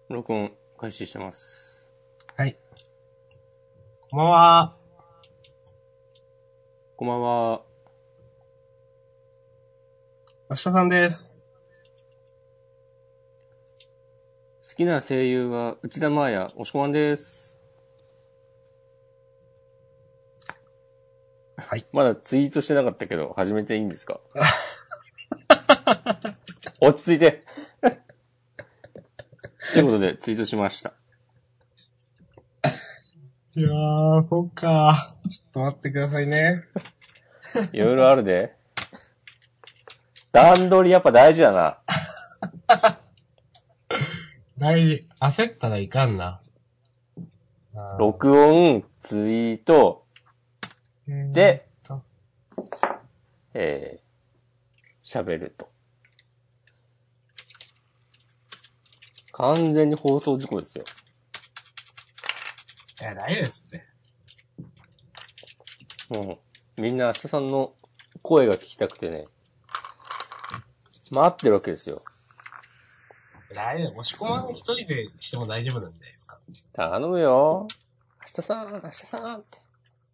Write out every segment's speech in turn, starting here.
録音開始してます。 はい。こんばんは。 こんばんは。 明日さんです。 好きな声優は内田真礼、おしこまんです。 はい。 まだツイートしてなかったけど、始めていいんですか？落ち着いて。ということで、ツイートしました。 いやー、そっか。ちょっと待ってくださいね。 いろいろあるで。段取りやっぱ大事だな。 大事。焦ったらいかんな。 録音、ツイート、で、喋ると。完全に放送事故ですよ。 いや、大丈夫ですって。 みんな明日さんの声が聞きたくてね、待ってるわけですよ。 大丈夫。もしこまん一人でしても大丈夫なんじゃないですか。 頼むよ。明日さんって。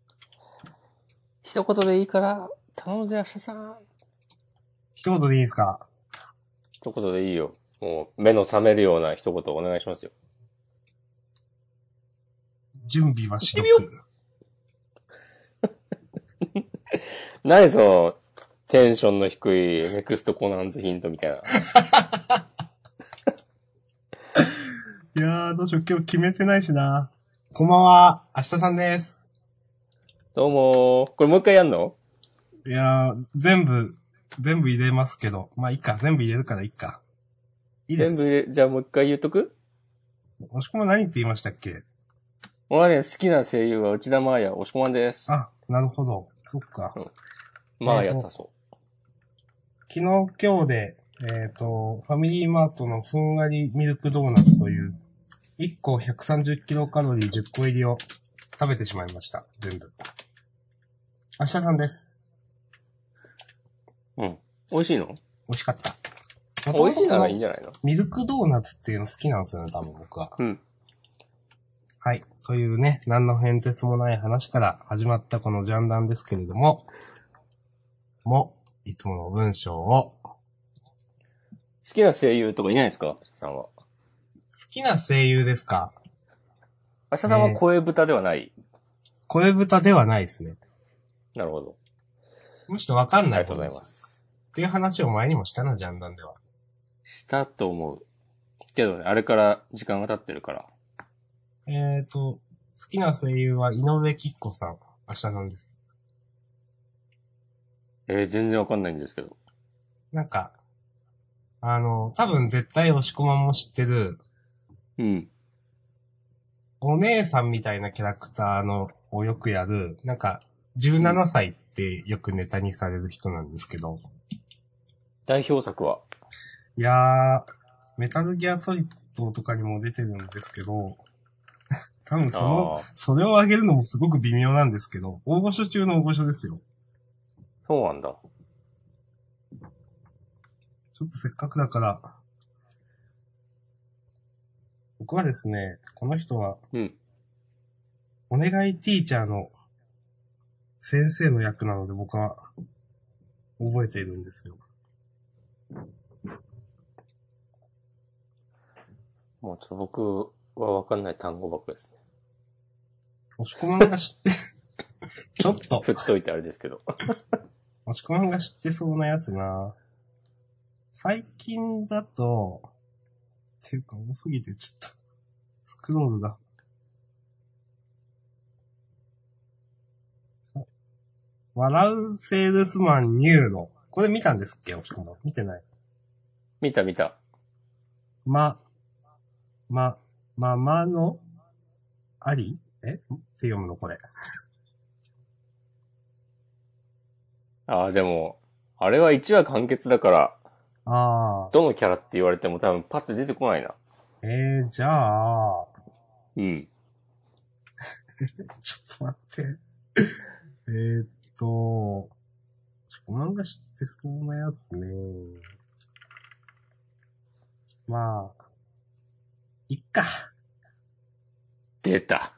一言でいいから、頼むぜ明日さん。 一言でいいですか？ 一言でいいよ。もう、目の覚めるような一言お願いしますよ。 準備はしとく。 何その、テンションの低いネクストコナンズヒントみたいな。 いやー、どうしよう。今日決めてないしな。こんばんは。明日さんです。 どうもー。これもう一回やんの？ いやー、全部入れますけど。まあいいか。全部入れるからいいか。いいです。 じゃあもう一回言っとく？ もしこまん何って言いましたっけ？ 俺はね、好きな声優は内田真礼、おしこまんです。 あ、なるほど。そっか。 まあやったそう。 昨日今日で、ファミリーマートのふんわりミルクドーナツという、1個130キロカロリー10個入りを食べてしまいました。全部。明日さんです。 うん。美味しいの？ 美味しかった。 美味しいならいいんじゃないの？ ミルクドーナツっていうの好きなんですよね、多分僕は。 うん。 はい。というね、何の変哲もない話から始まったこのジャンダンですけれども、いつもの文章を。 好きな声優とかいないですか？明日さんは。 好きな声優ですか？ 明日さんは声豚ではない。 声豚ではないですね。 なるほど。 むしろわかんないありがとうござい方です。 ます。 っていう話を前にもしたな、ジャンダンでは。 したと思う。けどね、あれから時間が経ってるから。 好きな声優は井上貴子さん。明日なんです。 全然わかんないんですけど。 なんか、多分絶対押し込まんも知ってる、 うん。 お姉さんみたいなキャラクターのをよくやる、なんか、17歳ってよくネタにされる人なんですけど。 代表作は？ いやー、メタルギアソリッドとかにも出てるんですけど、多分それを上げるのもすごく微妙なんですけど、大御所中の大御所ですよ。 そうなんだ。 ちょっとせっかくだから、僕はですね、この人は、 うん。 お願いティーチャーの先生の役なので僕は覚えているんですよ。 もうちょっと僕はわかんない単語ばっかりですね。 押し込まんが知って、ちょっと。 振っといてあれですけど。 押し込まんが知ってそうなやつな。最近だと、っていうか多すぎてちょっと、スクロールだ。笑うセールスマンニューの。これ見たんですっけ？押し込まん。見てない。 見た。 ママのありって読むのこれ。 でも、あれは1話完結だから、どのキャラって言われても多分パッと出てこないな。 じゃあ、 うん。 ちょっと待って。漫画知ってそうなやつね。まあ、 いっか。 出た。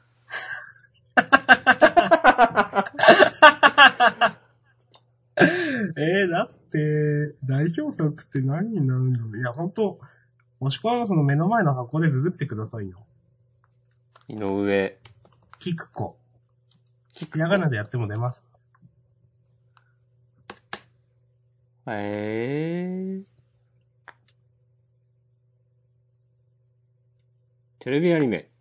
だって、代表作って何になるんだろう。いや、ほんと、もしくはその目の前の箱でググってくださいよ。 井上。 キクコ。ひらがなでやっても出ます。 テレビアニメ。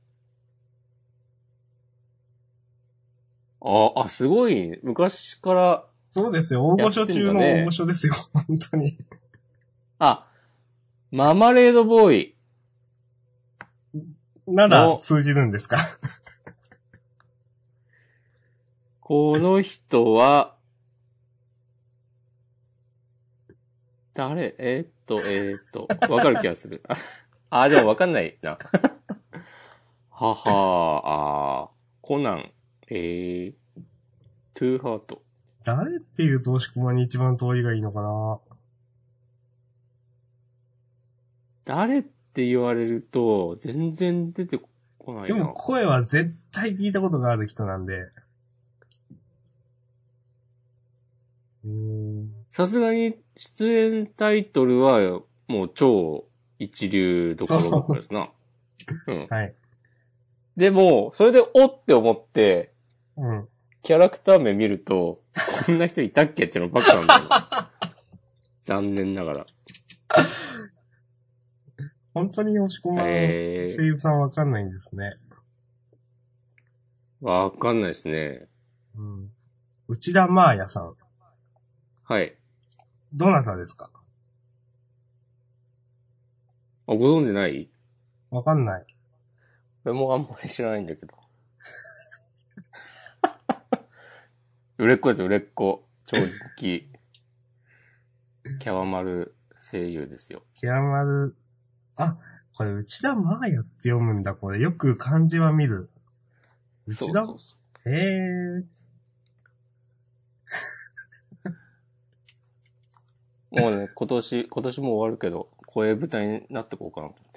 すごい。昔から。 そうですよ。大御所中の大御所ですよ。本当に。 ママレードボーイ。 なら通じるんですか？ この人は、誰？わかる気がする。でもわかんないな。コナン、トゥーハート。 誰っていうと押し込まに一番通りがいいのかな？ 誰って言われると、全然出てこないな。 でも声は絶対聞いたことがある人なんで。 さすがに出演タイトルはもう超一流どころばっかですな。うん。 はい。 でも、それでおって思って、 うん。 キャラクター名見ると、こんな人いたっけっていうのばっかなんだよ。残念ながら。 本当に押し込ま声優さんわかんないんですね。 わかんないですね。 うん。内田真彩さん。 はい。 どなたですか？ ご存知ない？ わかんない。 俺もあんまり知らないんだけど。売れっ子ですよ、売れっ子。超人気。キャワマル声優ですよ。 キャワマル、これ内田真彩って読むんだ、これ。よく漢字は見る。内田？ そう。もうね、今年も終わるけど、声舞台になってこうかなと思って。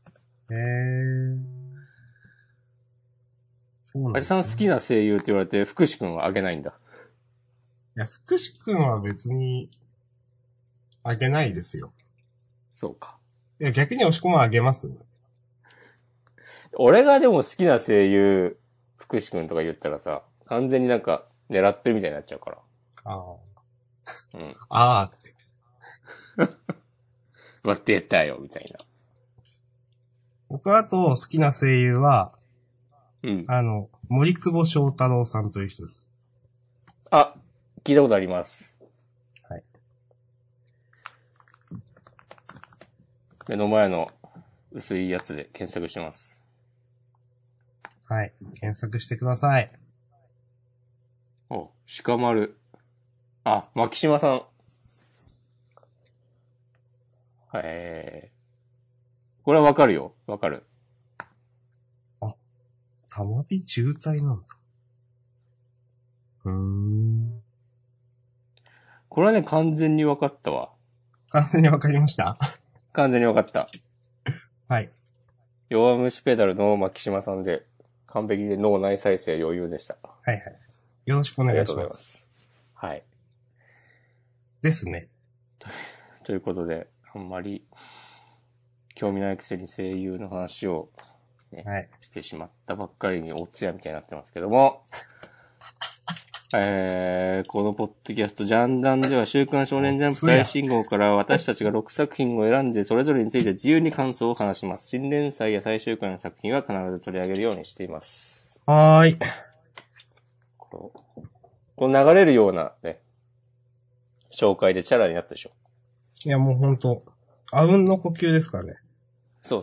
そうなんだ、ね。 あじさん好きな声優って言われて、福士くんはあげないんだ。 いや、福士くんは別に、あげないですよ。 そうか。 いや、逆に押し込まあげます？ 俺がでも好きな声優、福士くんとか言ったらさ、完全になんか狙ってるみたいになっちゃうから。うん。 って。 出たよ、みたいな。 僕あと好きな声優は、 うん。 森久保祥太郎さんという人です。 聞いたことあります。 はい。 目の前の薄いやつで検索してます。 はい。検索してください。 鹿丸。牧島さん。これはわかるよ。わかる。 玉火渋滞なんだ。 これはね、完全にわかったわ。 完全にわかりました？ 完全にわかった。 はい。 弱虫ペダルの牧島さんで、完璧で脳内再生余裕でした。 はいはい。よろしくお願いします。 ありがとうございます。はい。 ですね。 ということで、あんまり興味ないくせに声優の話を、ねはい、 してしまったばっかりにおつやみたいになってますけども、このポッドキャストジャンダンでは週刊少年ジャンプ最新号から私たちが6作品を選んでそれぞれについて自由に感想を話します。新連載や最終回の作品は必ず取り上げるようにしています。 はーい。 この流れるようなね、紹介でチャラになったでしょ。 いやもうほんと、あうんの呼吸ですからね。 そう。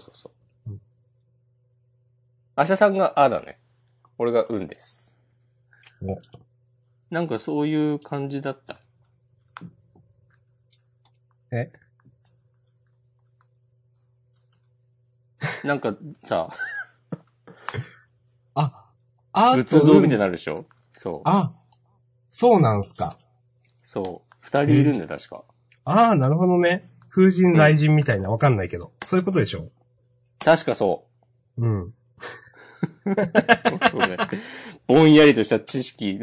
明日さんがだね。俺がうんです。なんかそういう感じだった。なんかさ、仏像みたいになるでしょ？そう。 そうなんすか。 そう。二人いるんだよ、確か。 なるほどね。風神雷神みたいな、わかんないけど。そういうことでしょ？ 確かそうん。 そうね。ぼんやりとした知識。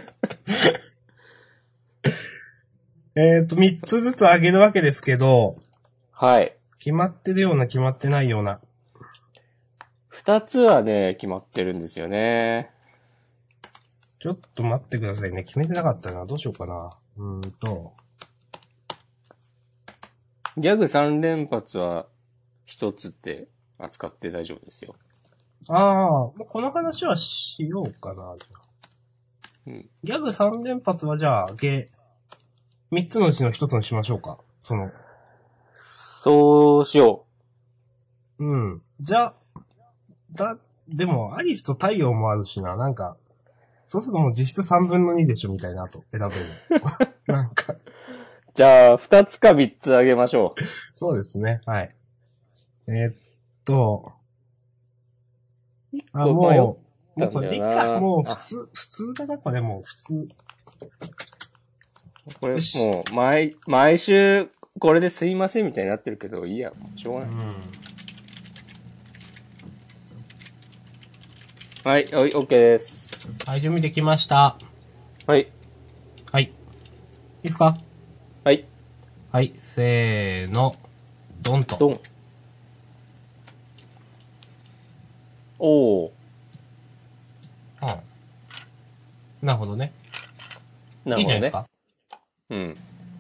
3つずつあげるわけですけど、 はい。 決まってるような決まってないような。 2つはね、決まってるんですよね。 ちょっと待ってくださいね。決めてなかったな。どうしようかな。 ギャグ3連発は1つって扱って大丈夫ですよ。 もうこの話はしようかな。 うん。 ギャグ3連発はじゃあ、3つのうちの1つにしましょうか。 そうしようん。じゃあ、でも、アリスと太陽もあるしな。なんか、そうするともう実質3分の2でしょ、みたいなと選べるの。なんか。 う。じゃあ、2つか3つあげましょう。 そうですね。はい。えーっと、 1個迷ったんこれだよでいいか。 な。 もう普通だな、これもう普通。 これよし。 もう、毎週、これですいませんみたいになってるけど、いいや、しょうがない。はい、オッケーです。 はい、準備できました。 はい、 はい。いいですか？ はい、 はい、せーの。ドンと。 ドン。おー、 うん。なるほどね。 なるほどね。 いいじゃないですか。 うん。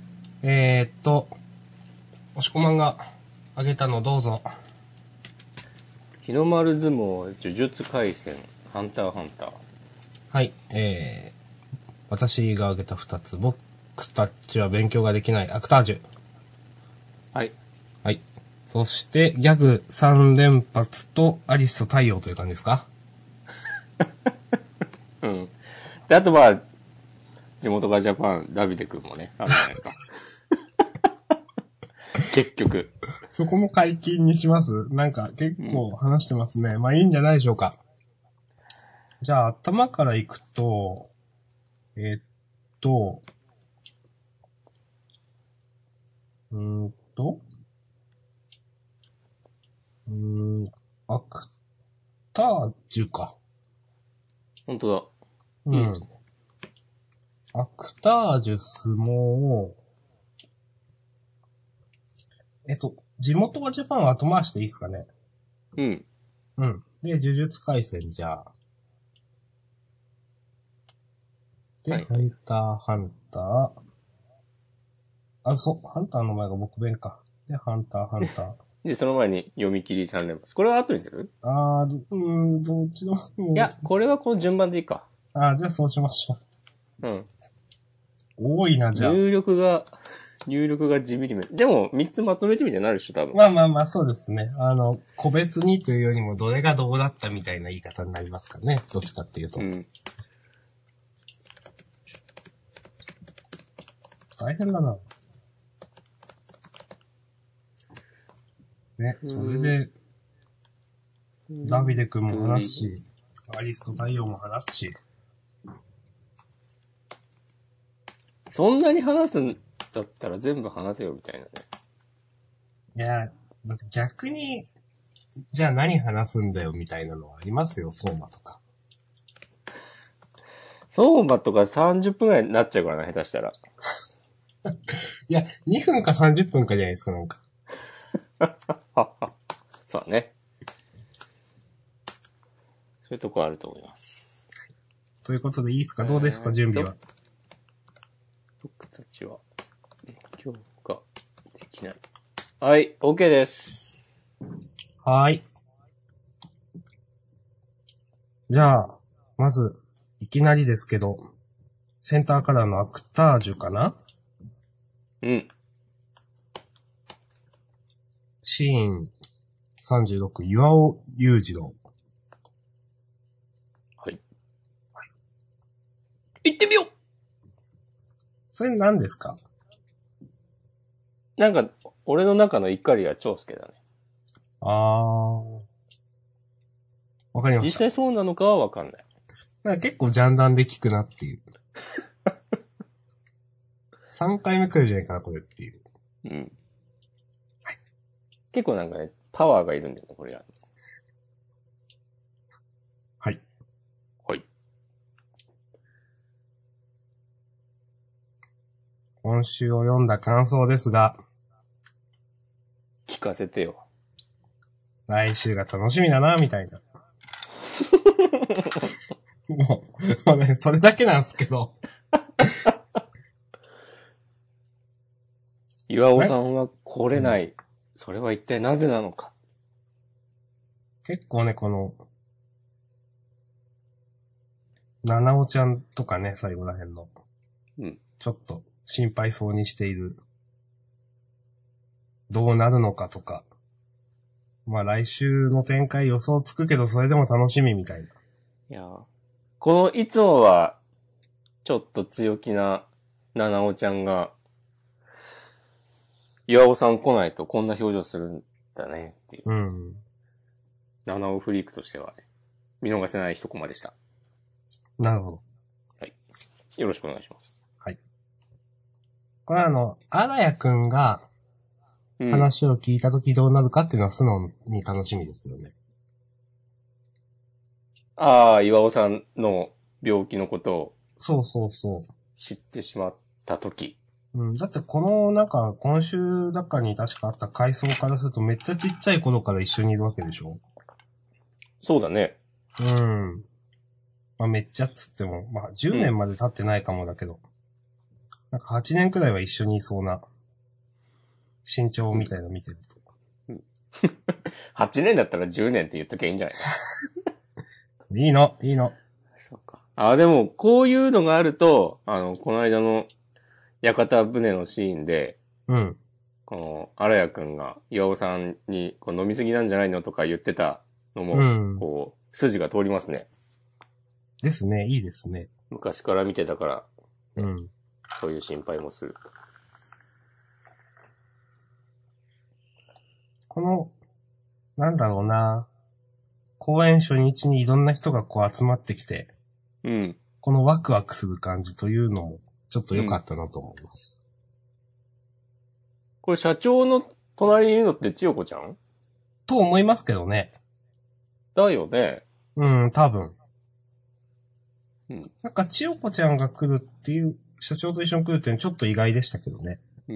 押し込まんがあげたのどうぞ。 日の丸相撲、呪術廻戦、ハンターハンター。 はい、私があげた2つ。僕たちは勉強ができないアクタージュ。 はい。 はい。そして、ギャグ3連発とアリスと太陽という感じですか？ うん。で、あとは、地元がジャパン、ダビデ君もね、あるじゃないですか。結局。 そこも解禁にします？なんか結構話してますね。まあいいんじゃないでしょうか。じゃあ頭からいくと、えーっと、うーんと、うーん、アクタージュか。 本当だ。 うん。 いいですね。 アクタージュ相撲、地元がジャパンは後回しでいいですかね。 うん。 うん。で、呪術廻戦じゃあ。で、 はいはい。 ハンター、ハンター。あ、そう。ハンターの前が僕弁か。で、ハンター、ハンター。 で、その前に読み切り3連発。これは後にする？ どっちでもいい。 いや、これはこの順番でいいか。 じゃあそうしましょうん。 う。多いな、じゃあ。 入力が地味にめ。でも、3つまとめてみたいになるでしょ、多分。 まあまあまあ、そうですね。個別にというよりも、どれがどうだったみたいな言い方になりますかね。どっちかっていうと。 うん。 大変だな。ね、それで、ダビデ君も話すし、アリスと太陽も話すし。 そんなに話すんだったら全部話せよ、みたいなね。 いや、だって逆に、じゃあ何話すんだよみたいなのはありますよ、相馬とか。 相馬とか30分くらいになっちゃうからな、下手したら。 いや、2分か30分かじゃないですか、なんか。 そうだね。そういうとこあると思います。 ということでいいですか？どうですか、準備は。 僕たちは勉強ができない。はい、OK です。 はーい。じゃあ、まず、いきなりですけど、センターカラーのアクタージュかな？ うん。 シーン36、岩尾裕次郎。 はい。行ってみよう。 それ何ですか？ なんか、俺の中の怒りは長介だね。 わかりました。 実際そうなのかはわかんない。 なんか結構ジャンダンで聞くなっていう。3回目来るんじゃないかな、これっていう。 うん。はい。結構なんかね、パワーがいるんだよね、これは。 今週を読んだ感想ですが、 聞かせてよ。 来週が楽しみだな、みたいな。もうね、それだけなんですけど。 岩尾さんは来れない。それは一体なぜなのか。 結構ね、この、七尾ちゃんとかね、最後らへんの。 うん。 ちょっと心配そうにしている。どうなるのかとか。まあ来週の展開予想つくけど、それでも楽しみみたいな。 いや、このいつもは、ちょっと強気な七尾ちゃんが、岩尾さん来ないとこんな表情するんだねっていう。 うん。 七尾フリークとしてはね、見逃せない一コマでした。 なるほど。 はい。よろしくお願いします。 はい。これ荒谷くんがうん。 話を聞いたときどうなるかっていうのは素直に楽しみですよね。 ああ、岩尾さんの病気のことをそうそうそ知ってしまったとき。 う。うん。だってこの今週だかに確かあった回想からするとめっちゃちっちゃい頃から一緒にいるわけでしょ？ そうだね。 うん。まあめっちゃっつっても、まあ10年まで経ってないかもだけど、なんか8年くらいは一緒にいそうな身長みたいなの見てると。 8年だったら10年って言っときゃいいんじゃない？ いいの。 そうか。あ、でも、こういうのがあると、この間の屋形船のシーンで、 うん。 この、荒谷くんが岩尾さんに、こう飲みすぎなんじゃないのとか言ってたのも、 うんこう、筋が通りますね。 ですね。いいですね。 昔から見てたから、 うん。 そういう心配もする。 この、なんだろうな。公演初日にいろんな人がこう集まってきて、 うん。 このワクワクする感じというのも、ちょっと良かったなと思います。 これ社長の隣にいるのって千代子ちゃんと思いますけどね。 だよね。 うん、多分。 うん。 なんか、千代子ちゃんが来るっていう、社長と一緒に来るっていうのはちょっと意外でしたけどね。 うん。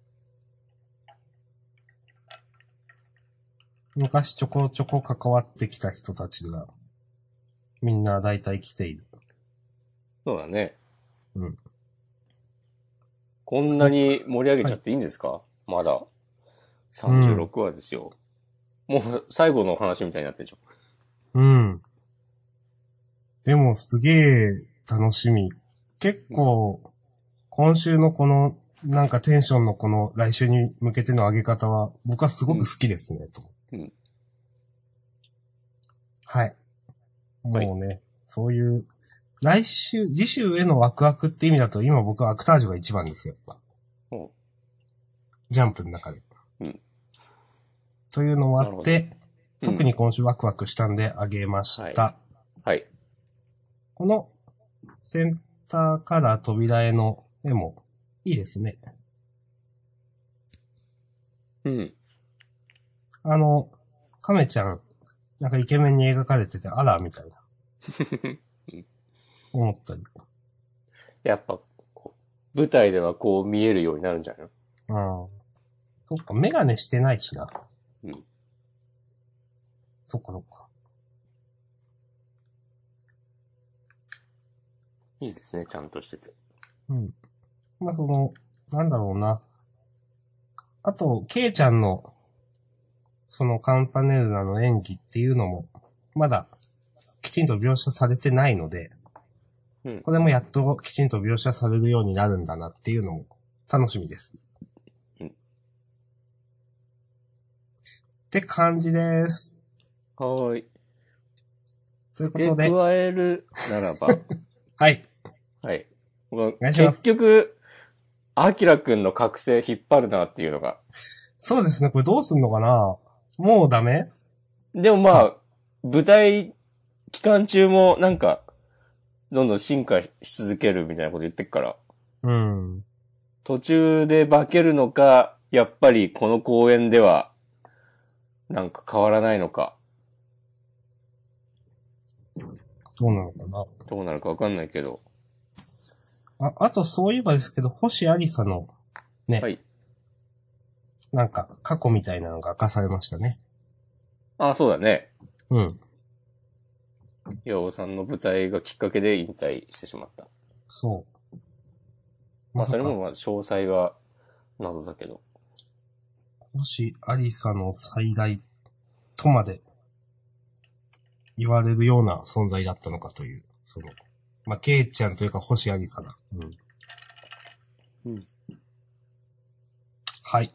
昔ちょこちょこ関わってきた人たちが、みんな大体来ている。 そうだね。 うん。 こんなに盛り上げちゃっていいんですか？まだ。36話ですよ。もう最後の話みたいになってるじうん。でもすげえ楽しみ。結構、今週のこの、なんかテンションのこの来週に向けての上げ方は、僕はすごく好きですね、と。 ゃん。うん。 はい。もうね、そういう、次週へのワクワクって意味だと、今僕はアクタージュが一番ですよ、やっぱ。 おジャンプの中で。 うん。 というのもあなるほどって、 うん特に今週ワクワクしたんであげました。 はい。 このセンターカラー扉絵の絵もいいですね。 うん。 亀ちゃん、なんかイケメンに描かれてて、あら、みたいな。思ったり。 やっぱ、こう舞台ではこう見えるようになるんじゃないの？ うん。そっか、メガネしてないしな。 うん。 そっかそっか。 いいですね、ちゃんとしてて。 うん。まあ、なんだろうな。あと、ケイちゃんの、カンパネルラの演技っていうのも、まだ、きちんと描写されてないので、 うん。 これもやっときちんと描写されるようになるんだなっていうのも楽しみです。 うん。 って感じです。 はーい。 ということで。 加えるならば。 はい。 はい。 お願いします。 結局、アキラくんの覚醒引っ張るなっていうのが。 そうですね。これどうすんのかな？もうダメ？ でもまあ、舞台期間中もなんか、どんどん進化し続けるみたいなこと言ってっから。 うん。 途中で化けるのか、やっぱりこの公演では、なんか変わらないのか。 どうなのかな？ どうなるかわかんないけど。 あとそういえばですけど、星ありさの、ね、 はい。 なんか過去みたいなのが明かされましたね。 あ、そうだね。 うん。 岩尾さんの舞台がきっかけで引退してしまった。 そう。 まあ、 まさか、 それもまあ詳細は謎だけど。 星ありさの最大とまで言われるような存在だったのかという、その、まあ、ケイちゃんというか星ありさが。うん。 うん。 はい。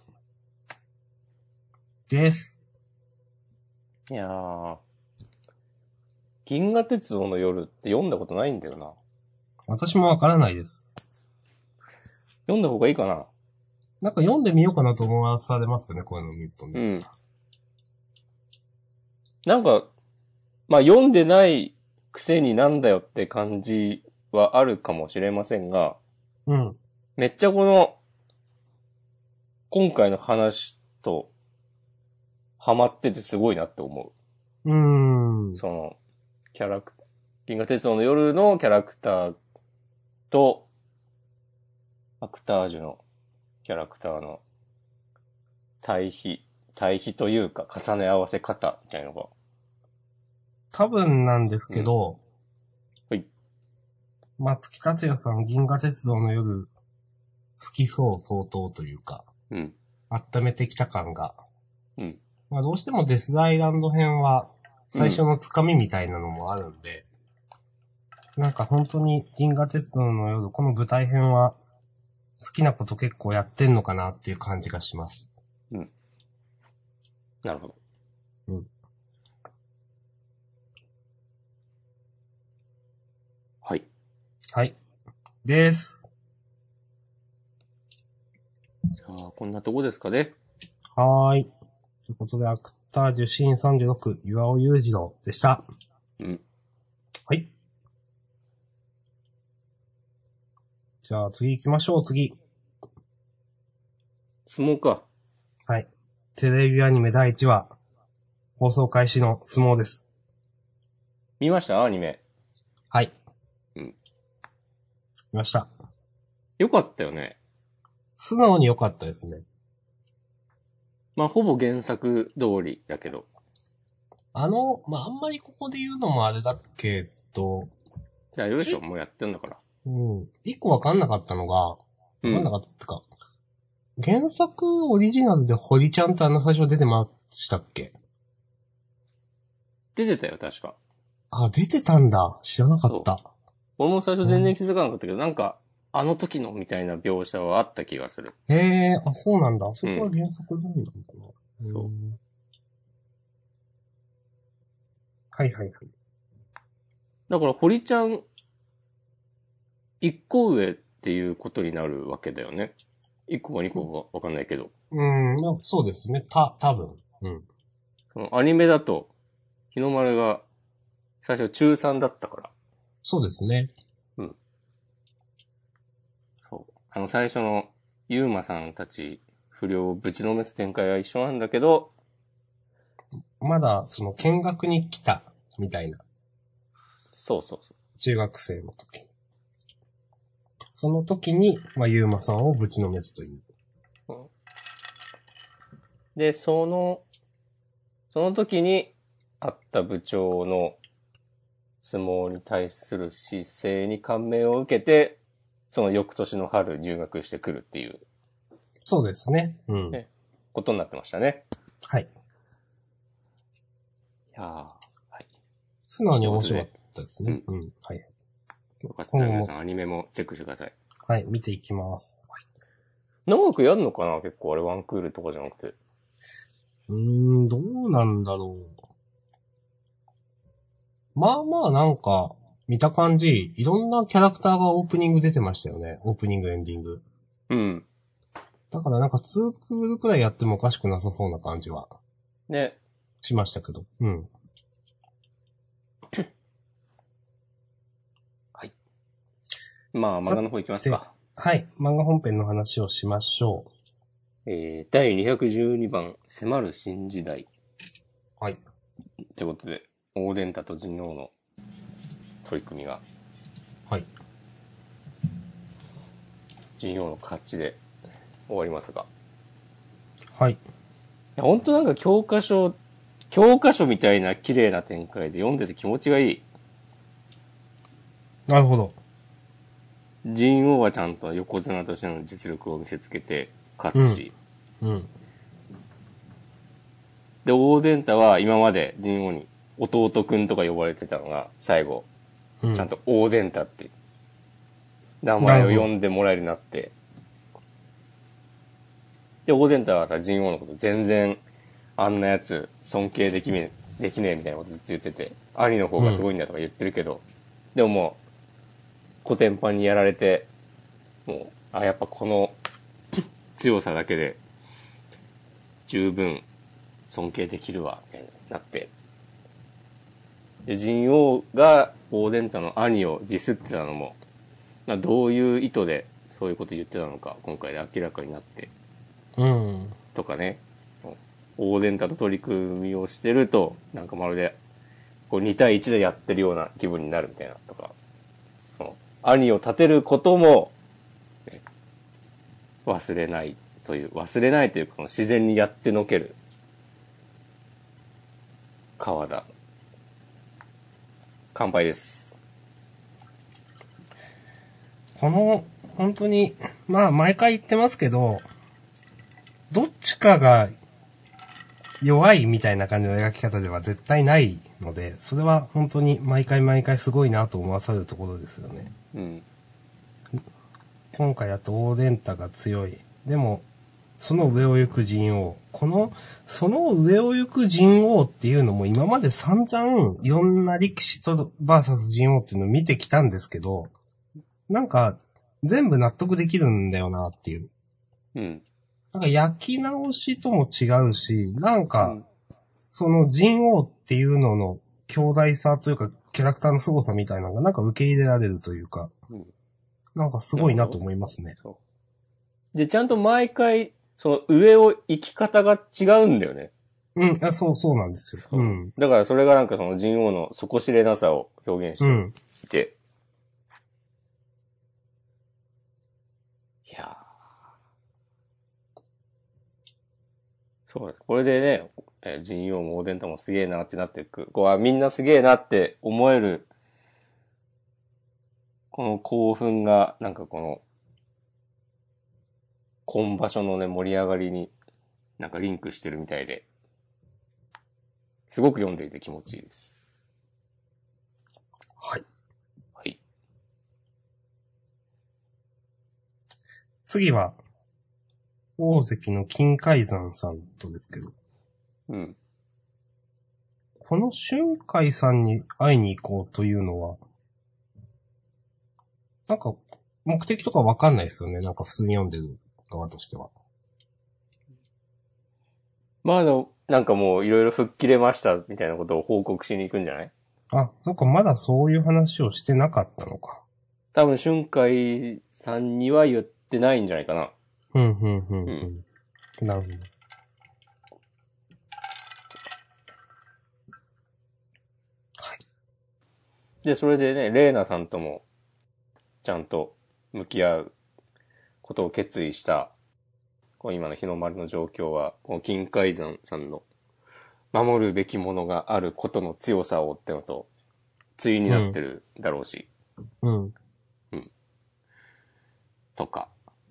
です。 いやー、銀河鉄道の夜って読んだことないんだよな。 私もわからないです。 読んだ方がいいかな。 なんか読んでみようかなと思わされますよね、こういうのを見るとね。 うん。なんか、まあ読んでないくせになんだよって感じはあるかもしれませんが、 うん。 めっちゃこの、今回の話と、ハマっててすごいなって思うーう。 ん。 その、銀河鉄道の夜のキャラクターと、アクタージュのキャラクターの対比というか重ね合わせ方みたいなのが。 多分なんですけど、 はい。 松木達也さん、銀河鉄道の夜、好きそう相当というか、 うん。 温めてきた感が。 うん。 まあどうしてもデスアイランド編は、最初のつかみみたいなのもあるんで、なんか本当に銀河鉄道の夜、この舞台編は、好きなこと結構やってんのかなっていう感じがします。 うん。なるほど。 うん。 はい。 はい。です。 じゃあ、こんなとこですかね。 はーい。ということで、アクタージュシーン36、岩尾裕次郎でした。 うん。 はい。じゃあ次行きましょう、次。 相撲か。 はい。テレビアニメ第1話、放送開始の相撲です。 見ましたアニメ。 はい。 うん。 見ました。 よかったよね。 素直に良かったですね。 まあ、ほぼ原作通りだけど。 まあ、あんまりここで言うのもあれだけど、 じゃあ、よいしょ、もうやってんだから。 うん。一個わかんなかったのが、わかんなかったってか、原作オリジナルで堀ちゃんって最初出てましたっけ？ 出てたよ、確か。 あ、出てたんだ。知らなかった。 俺も最初全然気づかなかったけど、なんか、あの時のみたいな描写はあった気がする。 へえ、あ、そうなんだ。そこは原作どうなんだな。 そう。 はいはいはい。 だから、堀ちゃん、一個上っていうことになるわけだよね。一個か二個かわかんないけど。 まあそうですね。多分。うん。 そのアニメだと、日の丸が最初中3だったから。 そうですね。 うん。そう。最初の、ゆうまさんたち、不良をぶちのめす展開は一緒なんだけど、 まだ、見学に来た、みたいな。 そうそうそ中学生の時に。その時に、まあ、ゆうまさんをぶちのめすという。 う。うん、で、その時に、あった部長の相撲に対する姿勢に感銘を受けて、その翌年の春入学してくるっていう、 そうですね。うん。 ね、ことになってましたね。 はい。 いやー、はい。 素直に面白かったですね。 うん。 うん。はい。 よかったら皆さんアニメもチェックしてください。 はい、見ていきます。 長くやるのかな結構あれワンクールとかじゃなくて。 どうなんだろう。まあまあなんか、見た感じ、いろんなキャラクターがオープニング出てましたよね。オープニング、エンディング。 うん。 だからなんか2クールくらいやってもおかしくなさそうな感じは。 ね。 しましたけど。うん。 はい。まあ、漫画の方行きますか。 はい。漫画本編の話をしましょ第212番、迫る新時代。 う。はい。 ってことで、オーデンタとジンノウの取り組みが。 はい。 陣王の勝ちで終わりますが。 はい。 本当なんか教科書みたいな綺麗な展開で読んでて気持ちがいい。 なるほど。 陣王はちゃんと横綱としての実力を見せつけて勝つし。 うん。 で、大伝太は今まで陣王に弟くんとか呼ばれてたのが、最後、ちゃんと大伝太って名前を呼んでもらえるようになって、で、大伝太は陣王のこと全然あんなやつ尊敬できねえみたいなことずっと言ってて、兄の方がすごいんだとか言ってるけど、でももう、コテンパンにやられて、もう、やっぱこの強さだけで十分尊敬できるわ、みたいになって。で、陣王が大伝太の兄をディスってたのも、どういう意図でそういうこと言ってたのか、今回で明らかになって。 うん。 とかね、大伝太と取り組みをしてると、なんかまるで、こう2対1でやってるような気分になるみたいなとか、その兄を立てることも、ね、忘れないというか、その自然にやってのける川田。乾杯です。 この、本当に、まあ毎回言ってますけど、どっちかが弱いみたいな感じの描き方では絶対ないので、それは本当に毎回すごいなと思わされるところですよね。 うん。 今回だと大伝太が強い。でも、その上を行く陣王。その上を行く陣王っていうのも今まで散々いろんな力士とバーサス陣王っていうのを見てきたんですけど、なんか全部納得できるんだよなっていう。 うん。 なんか焼き直しとも違うし、なんか、 うん、 その陣王っていうのの強大さというか、キャラクターの凄さみたいなのがなんか受け入れられるというか、 うん、 なんかすごいなと思いますね。 そう。で、ちゃんと毎回、その上を行き方が違うんだよね。 うん、そうなんですよ。うん。 だからそれがなんかその陣王の底知れなさを表現していて。いやー。そうです。これでね、陣王も大伝太もすげえなってなっていく。みんなすげえなって思える、この興奮が、なんかこの、今場所のね、盛り上がりになんかリンクしてるみたいで、すごく読んでいて気持ちいいです。 はい。 はい。 次は、大関の金海山さんとですけど、 うん。 この春海さんに会いに行こうというのは、なんか、目的とかわかんないですよね。なんか普通に読んでる側としては。 まあなんかもういろいろ吹っ切れましたみたいなことを報告しに行くんじゃない？ そっか、まだそういう話をしてなかったのか。 多分春海さんには言ってないんじゃないかな。 うん。なるほど。 で、それでね、レイナさんとも、ちゃんと向き合うことを決意した、今の日の丸の状況は、金海山さんの守るべきものがあることの強さをってのと、対になってるだろうし。 うん。 とか。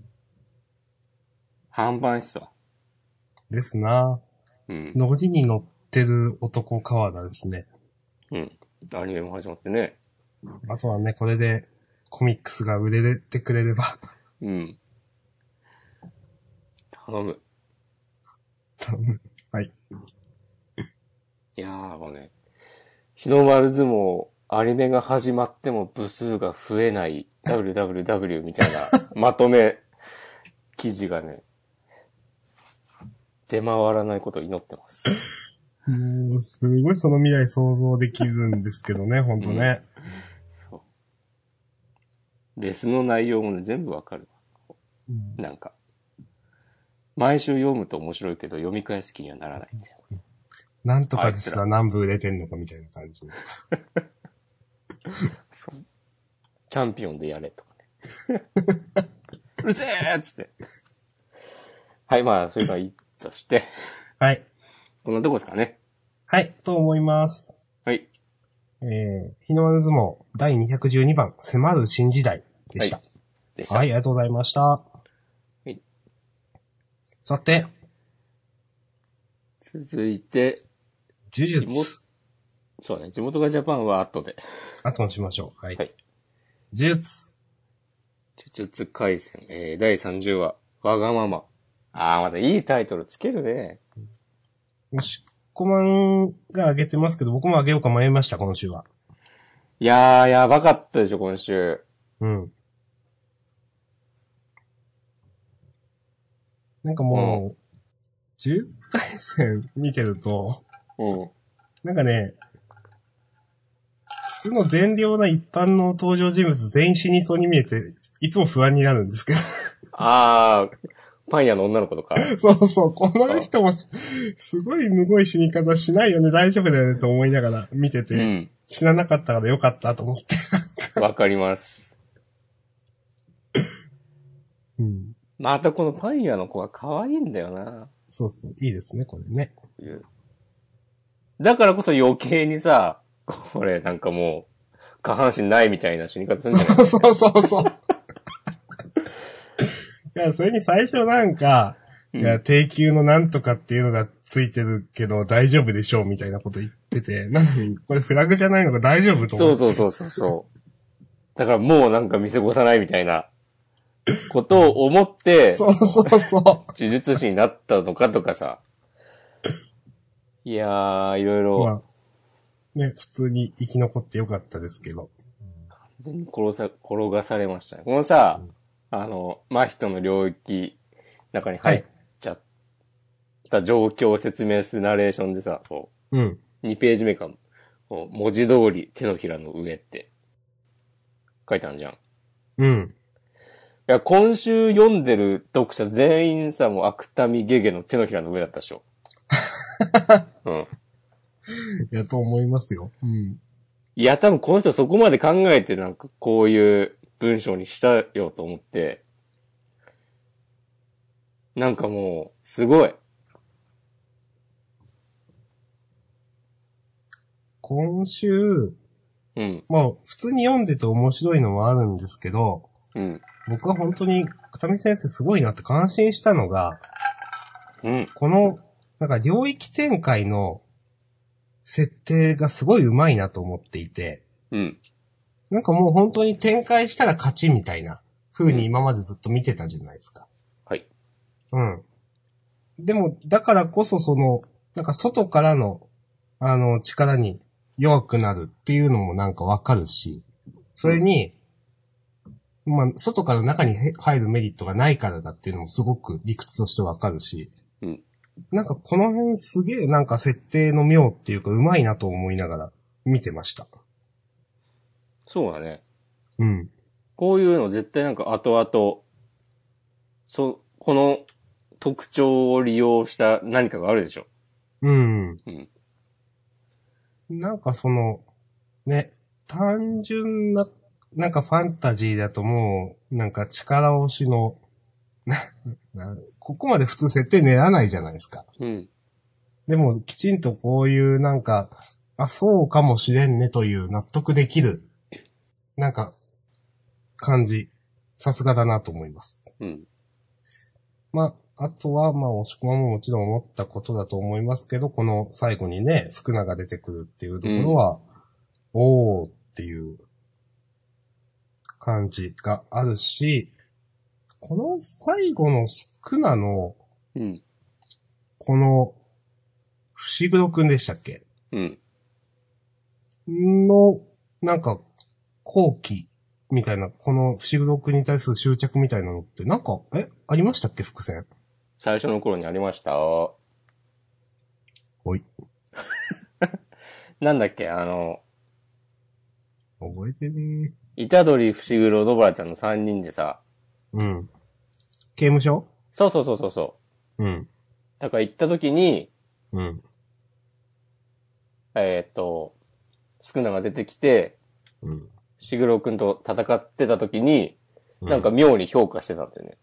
半端しさ。 ですな。 うん。 ノリに乗ってる男川田ですね。 うん。アニメも始まってね。 あとはね、これでコミックスが売れてくれれば。 うん。頼む。 はい。 いやー、もうね、日の丸相撲、アニメが始まっても部数が増えない WWW みたいなまとめ記事がね、出回らないことを祈ってます。 もう、すごいその未来想像できるんですけどね、ほんとね。 そう。レスの内容もね、全部わかるわ。なんか、毎週読むと面白いけど、読み返す気にはならないみたいな。 なんとかですら何部売れてんのかみたいな感じ。 そう。チャンピオンでやれとかね。 うるせえっつって。はい、まあ、そういうのはいいとして。 はい。 こんなとこですかね。 はい、と思います。 はい。 日の丸相撲第212番、迫る新時代でした。 はい。でした。 はい、ありがとうございました。 はい。 さて、 続いて、 呪術。 そうね、地元がジャパンは後で。 後にしましょう。はい。 はい。 呪術。 呪術廻戦、第30話、わがまま。またいいタイトルつけるね。 もしこまんが上げてますけど、僕も上げようか迷いました、今週は。 いやー、やばかったでしょ、今週。 うん。なんかもう、呪術廻戦見てると、 うん。 なんかね、普通の善良な一般の登場人物全員死にそうに見えて、いつも不安になるんですけど。 パン屋の女の子とか。 そうそう、この人も、すごいむごい死に方しないよね、大丈夫だよねと思いながら見てて、うん、死ななかったからよかったと思って。 わかります。 うん。 またこのパン屋の子は可愛いんだよな。 そうそう、いいですね、これね。 だからこそ余計にさ、これなんかもう、下半身ないみたいな死に方するんじゃないですか。 そう。いや、それに最初なんか、いや、低級のなんとかっていうのがついてるけど大丈夫でしょうみたいなこと言ってて、なのに、これフラグじゃないのが大丈夫と思って。 そう。だからもうなんか見過ごさないみたいなことを思って、 そう。 呪術師になったのかとかさ。いやー、いろいろ。まあ、 ね、普通に生き残ってよかったですけど。 完全に転がされましたね。このさ、真人の領域中に入っちゃった状況を説明するナレーションでさ、2ページ目か、文字通り手のひらの上って書いてあるじゃん。 うん。 いや、今週読んでる読者全員さ、もう芥見ゲゲの手のひらの上だったでしょ。うん。 いや、と思いますよ。うん。 いや、多分この人そこまで考えてなんかこういう文章にしたよと思って、なんかもう、すごい。 今週、まあ、普通に読んでて面白いのもあるんですけど、僕は本当に、片見先生すごいなって感心したのが、この、なんか領域展開の設定がすごい上手いなと思っていて、なんかもう本当に展開したら勝ちみたいな風に今までずっと見てたじゃないですか。 はい。 でも、だからこそなんか外からの、力に弱くなるっていうのもなんかわかるし、それに、まあ、外から中に入るメリットがないからだっていうのもすごく理屈としてわかるし、なんかこの辺すげえなんか設定の妙っていうか上手いなと思いながら見てました。 そうだね。こういうの絶対なんか後々、この特徴を利用した何かがあるでしょ。 なんかね、単純な、なんかファンタジーだともう、なんか力押しの、ここまで普通設定練らないじゃないですか。でも、きちんとこういうなんか、そうかもしれんねという納得できる、なんか、感じ、さすがだなと思います。まあ、あとは、まあ、押し込まももちろん思ったことだと思いますけど、この最後にね、スクナが出てくるっていうところは、おーっていう感じがあるし、この最後のスクナの、この、伏黒くんでしたっけの、なんか、後期みたいな、この伏黒くんに対する執着みたいなのって、なんか、ありましたっけ伏線。 最初の頃にありました。 おい。 なんだっけ、 覚えてねー。虎杖、伏黒、野原ちゃんの3人でさ。 刑務所？ そう。だから行った時に、スクナが出てきて、伏黒くんと戦ってた時に、 なんか妙に評価してたんだよね。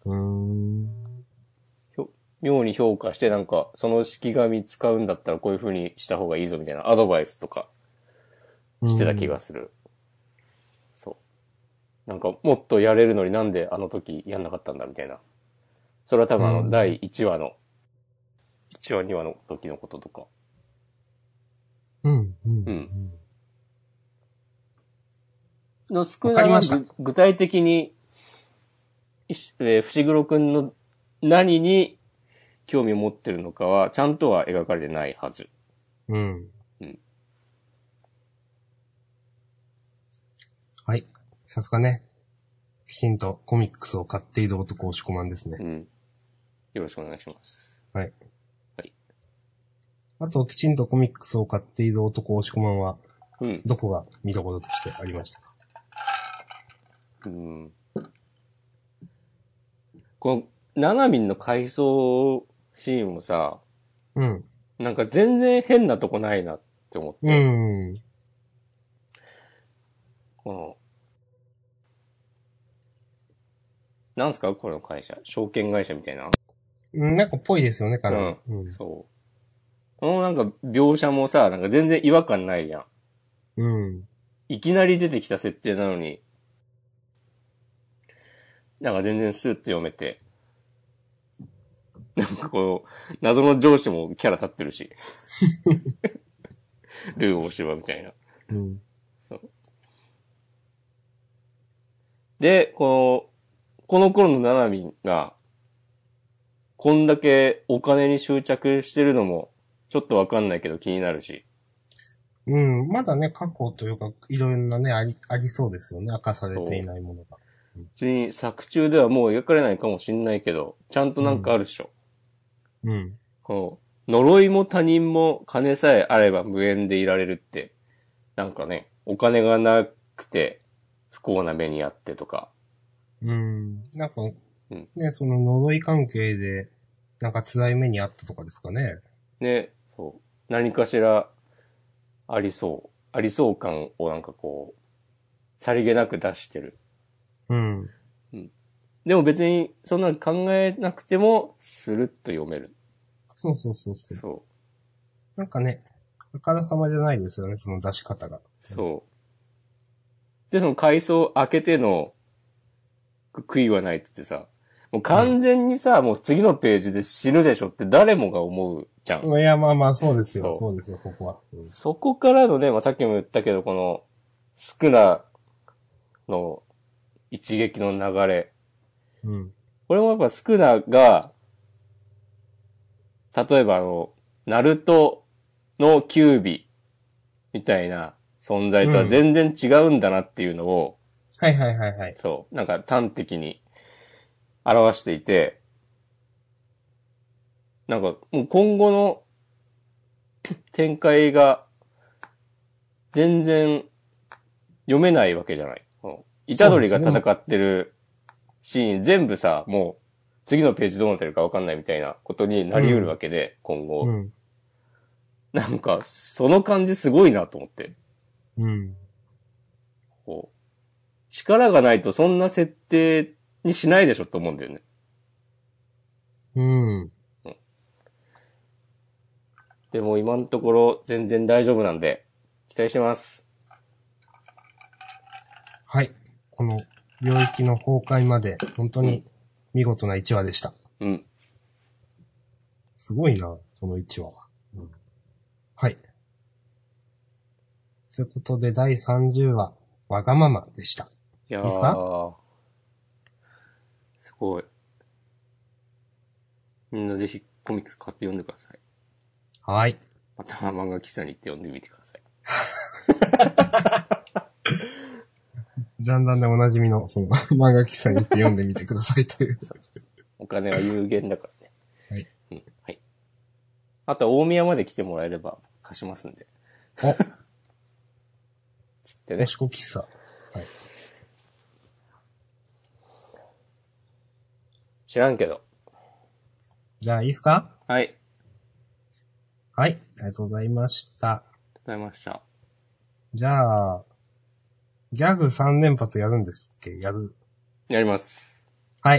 妙に評価して、なんか、その式紙使うんだったらこういう風にした方がいいぞみたいなアドバイスとかしてた気がする。そう。なんか、もっとやれるのになんであの時やんなかったんだみたいな。それは多分第1話の、1話2話の時のこととか。の少なが具体的に、伏黒くんの何に興味を持ってるのかは、ちゃんとは描かれてないはず。 はい。さすがね。きちんとコミックスを買っている男押し込まんですね。 よろしくお願いします。 はい。はい。あと、きちんとコミックスを買っている男押し込まんは、どこが見どころとしてありましたか？ この、ナナミンの回想シーンもさ、なんか全然変なとこないなって思って。この、なんすかこの会社。証券会社みたいな。 なんかぽいですよね、かな。 そう。このなんか描写もさ、なんか全然違和感ないじゃん。 いきなり出てきた設定なのに、なんか全然スーッと読めて、なんかこう、謎の上司もキャラ立ってるし。ルー大芝みたいな。そう。で、この頃のナナミンが、こんだけお金に執着してるのも、ちょっとわかんないけど気になるし。 まだね、過去というか、いろんなね、ありそうですよね。明かされていないものが。 別に作中ではもう描かれないかもしんないけど、ちゃんとなんかあるっしょ。この、呪いも他人も金さえあれば無縁でいられるって、なんかね、お金がなくて不幸な目にあってとか。 なんか、ね、その呪い関係で、なんか辛い目にあったとかですかね。 ね、そう。何かしら、ありそう感をなんかこう、さりげなく出してる。でも別に、そんなの考えなくても、スルッと読める。 そう。なんかね、あからさまじゃないですよね、その出し方が。 そう。で、その階層開けての、悔いはないっつってさ、もう完全にさ、もう次のページで死ぬでしょって誰もが思うじゃん。 いや、まあ、そうですよ、ここは。 そこからのね、さっきも言ったけど、この、スクナの一撃の流れ。これもやっぱスクナが、例えばナルトのキュービみたいな存在とは全然違うんだなっていうのを、そう、なんか端的に表していて、なんかもう今後の展開が全然読めないわけじゃない。イタドリが戦ってるシーン全部さ、もう次のページどうなってるか分かんないみたいなことになり得るわけで、今後。なんか、その感じすごいなと思って。こう力がないとそんな設定にしないでしょって思うんだよね。でも今のところ全然大丈夫なんで、期待してます。 はい。この領域の崩壊まで、本当に見事な1話でした。すごいな、この1話は。はい。ということで、第30話、わがままでした。 いやー、 いいですか？ すごい。みんなぜひコミックス買って読んでください。 はい。 また漫画喫茶に行って読んでみてください。 ジャンダンでおなじみの、その、漫画喫茶に行って読んでみてくださいという。 お金は有限だからね。 はい。 はい。あと、大宮まで来てもらえれば貸しますんで。 おつってね。 おしこ喫茶。はい。 知らんけど。 じゃあ、いいですか？ はい。 はい。ありがとうございました。 ありがとうございました。 じゃあ、ギャグ3連発やるんですっけ？やる。 やります。 はい。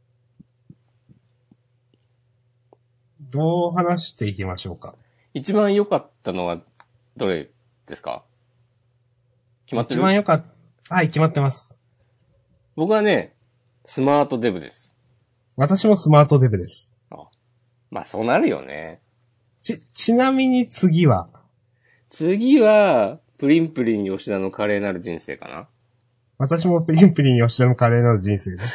どう話していきましょうか。 一番良かったのは、どれですか？決まってる？ 一番良かった。はい、決まってます。 僕はね、スマートデブです。 私もスマートデブです。 あ、まあそうなるよね。 ちなみに次は、 次は、プリンプリン吉田の華麗なる人生かな。 私もプリンプリン吉田の華麗なる人生です。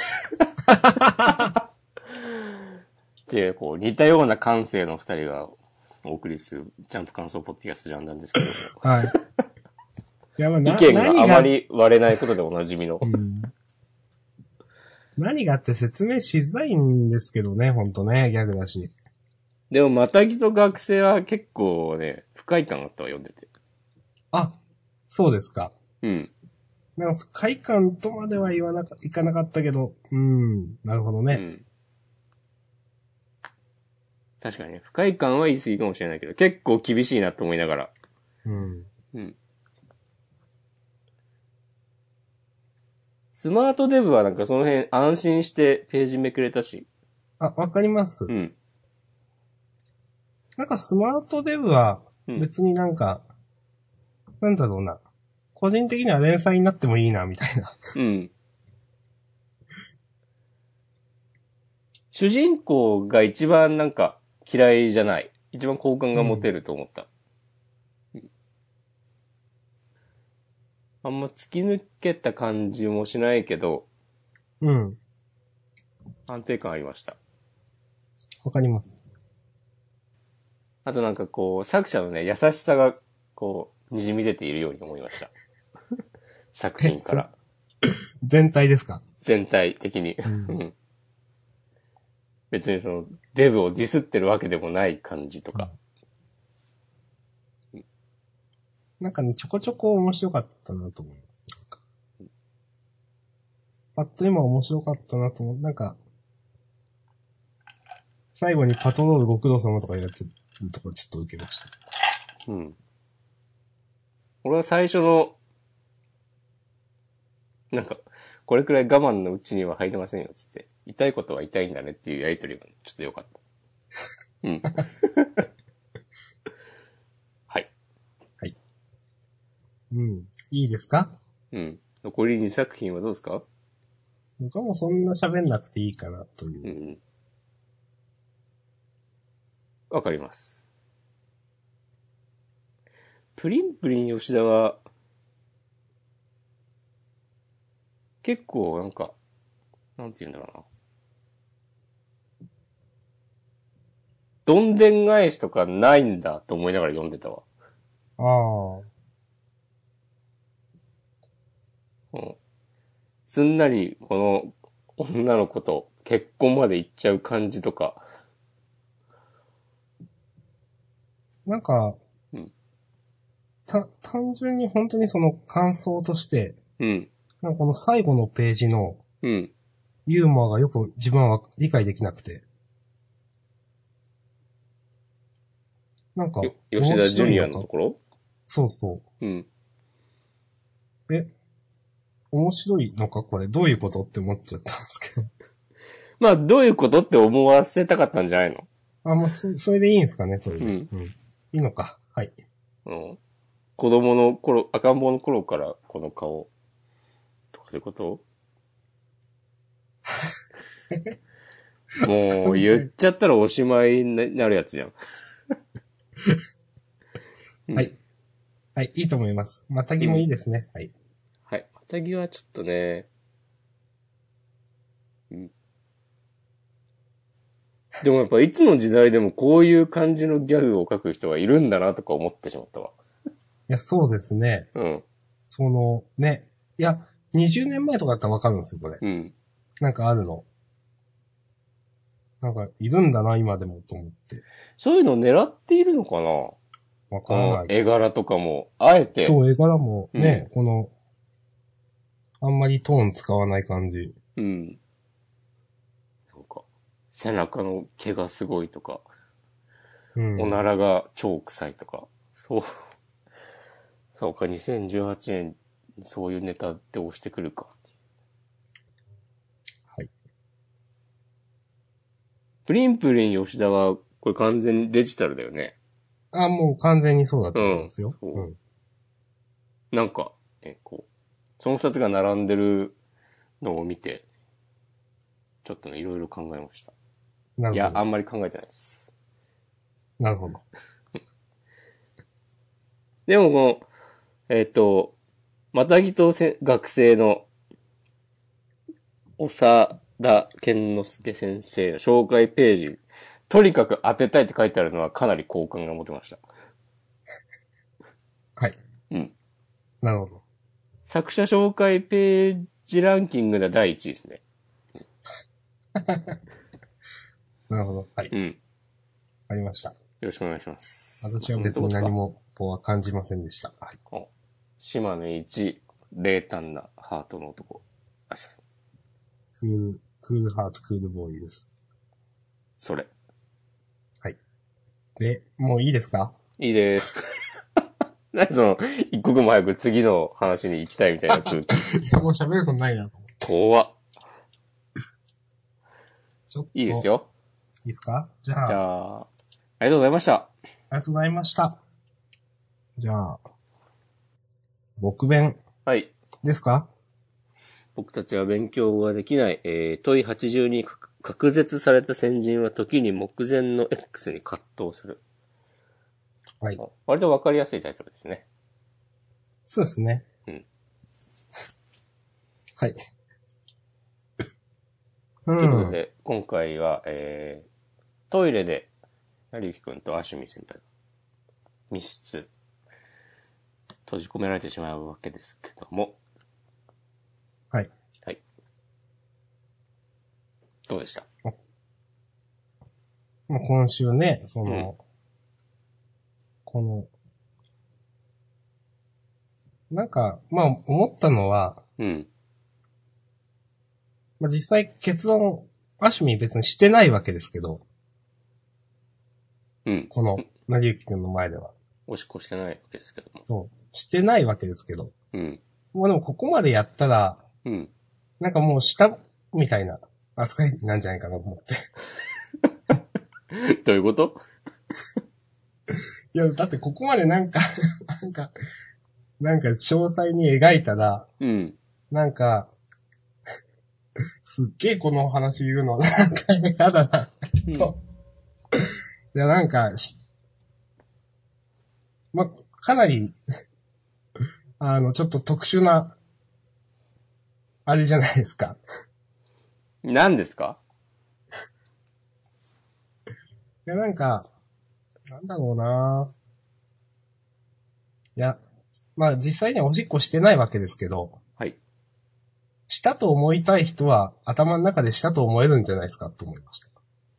っていう、こう、似たような感性の二人がお送りするジャンプ感想ポッドキャストジャンダンですけども。 はい。いや、まあ、 意見があまり割れないことでおなじみの。 うん、何があって説明しづらいんですけどね、ほんとね、ギャグだし。 でも、またぎと学生は結構ね、不快感あったわ、読んでて。 あ、そうですか。 うん。 なんか不快感とまでは言わなか、いかなかったけど、なるほどね。 うん。確かにね、不快感は言い過ぎかもしれないけど、結構厳しいなと思いながら。 うん。 うん。スマートデブはなんかその辺安心してページめくれたし。 あ、わかります。 うん。 なんかスマートデブは別になんか、なんだろうな。個人的には連載になってもいいな、みたいな。 うん。主人公が一番なんか嫌いじゃない。一番好感が持てると思った。あんま突き抜けた感じもしないけど、 うん。 安定感ありました。 わかります。 あとなんかこう、作者のね、優しさが、こう、滲み出ているように思いました。作品から。 全体ですか？ 全体的に。うん、別にその、デブをディスってるわけでもない感じとか。 なんかね、ちょこちょこ面白かったなと思います。なんかパッと今面白かったなと思う。なんか、最後にパトロール極道様とかやってるとこちょっと受けました。 うん。俺は最初の、なんか、これくらい我慢のうちには入れませんよ、つって。痛いことは痛いんだねっていうやりとりがちょっと良かった。うん。はい。 はい。うん。いいですか？ うん。残り2作品はどうですか？ 僕はもうそんな喋んなくていいかなという。 うん。わかります。プリンプリン吉田は、結構なんか、なんて言うんだろうな。どんでん返しとかないんだと思いながら読んでたわ。 ああ。 うん。すんなり、この女の子と結婚まで行っちゃう感じとか。 なんか、 うん。 単純に本当にその感想として、 うん。 なんかこの最後のページのうん。 ユーモアがよく自分は理解できなくて。なんか、 吉面田ジュニア白いのか。 のところ？ そうそうん。 う。面白いのかこれどういうことって思っちゃったんですけど。 まあ、どういうことって思わせたかったんじゃないの？ あ、まあ、それでいいんですかね、それで。 うん。 うん。いいのか。はい。 うん。子供の頃、赤ん坊の頃からこの顔。とかそういうこともう言っちゃったらおしまいになるやつじゃん。うん、 はい。はい、いいと思います。またぎもいいですね。はい。 はい。またぎはちょっとね、うん。でもやっぱいつの時代でもこういう感じのギャグを書く人がいるんだなとか思ってしまったわ。 いや、そうですね。 うん。 ね。いや、20年前とかだったらわかるんですよ、これ。 うん。 なんかあるの。なんか、いるんだな、今でも、と思って。 そういうのを狙っているのかな？ わこのからない。 絵柄とかも、あえて。 そう、絵柄もね、 うん、 この、あんまりトーン使わない感じ。 うん。なんか、背中の毛がすごいとか、 うん。 おならが超臭いとか。そう。そうか、2018年にそういうネタって押してくるかっていう。 プリンプリン吉田は、これ完全にデジタルだよね。 あ、もう完全にそうだと思いますよ。 うん。なんか、こう、その二つが並んでるのを見て、ちょっとね、いろいろ考えました。 なるほど。 いや、あんまり考えてないです。 なるほど。 でもこの、またぎと学生の、長田健之介先生の紹介ページ、とにかく当てたいって書いてあるのはかなり好感が持てました。 はい。 うん。 なるほど。 作者紹介ページランキングでは第1位ですね。 なるほど。はい。 うん。 ありました。 よろしくお願いします。 私は別に何も、は感じませんでした。はい。 島根一、冷淡なハートの男。明日さん。 クールハーツ、クールボーイです。 それ。 はい。で、もういいですか？ いいです。何その、一刻も早く次の話に行きたいみたいな空気。 いや、もう喋ることないなと思って。 怖っ。 ちょっと。 いいですよ。 いいですか？じゃあ。 じゃあ、ありがとうございました。 ありがとうございました。じゃあ、僕弁。 はい。 ですか？ 僕たちは勉強ができない、問い80に隔絶された先人は時に目前の X に葛藤する。 はい。 割とわかりやすいタイトルですね。 そうですね。 うん。 はい。 ということで、今回は、トイレで、なりゆきくんとアシュミ先輩が密室、閉じ込められてしまうわけですけども。 はい。 はい。どうでした？ もう今週ね、なんか、まあ思ったのは、 うん。 まあ実際結論、アシュミ別にしてないわけですけど、 うん。 この、なりゆきくんの前では。 おしっこしてないわけですけども。 そう。してないわけですけど。 うん。 もうでもここまでやったら、 うん。 なんかもうしたみたいな扱いなんじゃないかなと思って。 どういうこと？ いや、だってここまでなんか詳細に描いたら、 うん。 なんか、すっげえこの話言うの、なんか嫌だな、 うん、 と。いや、なんか、ま、かなり、ちょっと特殊な、あれじゃないですか。 何ですか？ いや、なんか、なんだろうないや、まあ実際にはおしっこしてないわけですけど、 はい。 したと思いたい人は頭の中でしたと思えるんじゃないですかと思いました。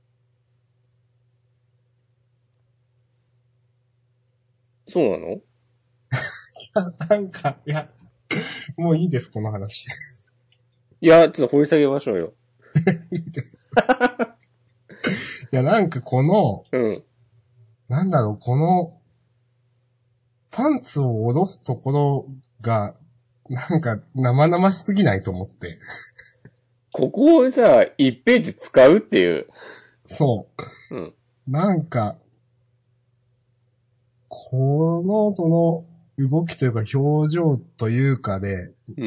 そうなの？ なんか、いや、もういいです、この話。 いや、ちょっと掘り下げましょうよ。 いいです。いや、なんかこの、 うん。 なんだろう、この、パンツを下ろすところが、なんか生々しすぎないと思って。 ここをさ、1ページ使うっていう。 そうん。 う。なんか、この、動きというか表情というかで、 うん。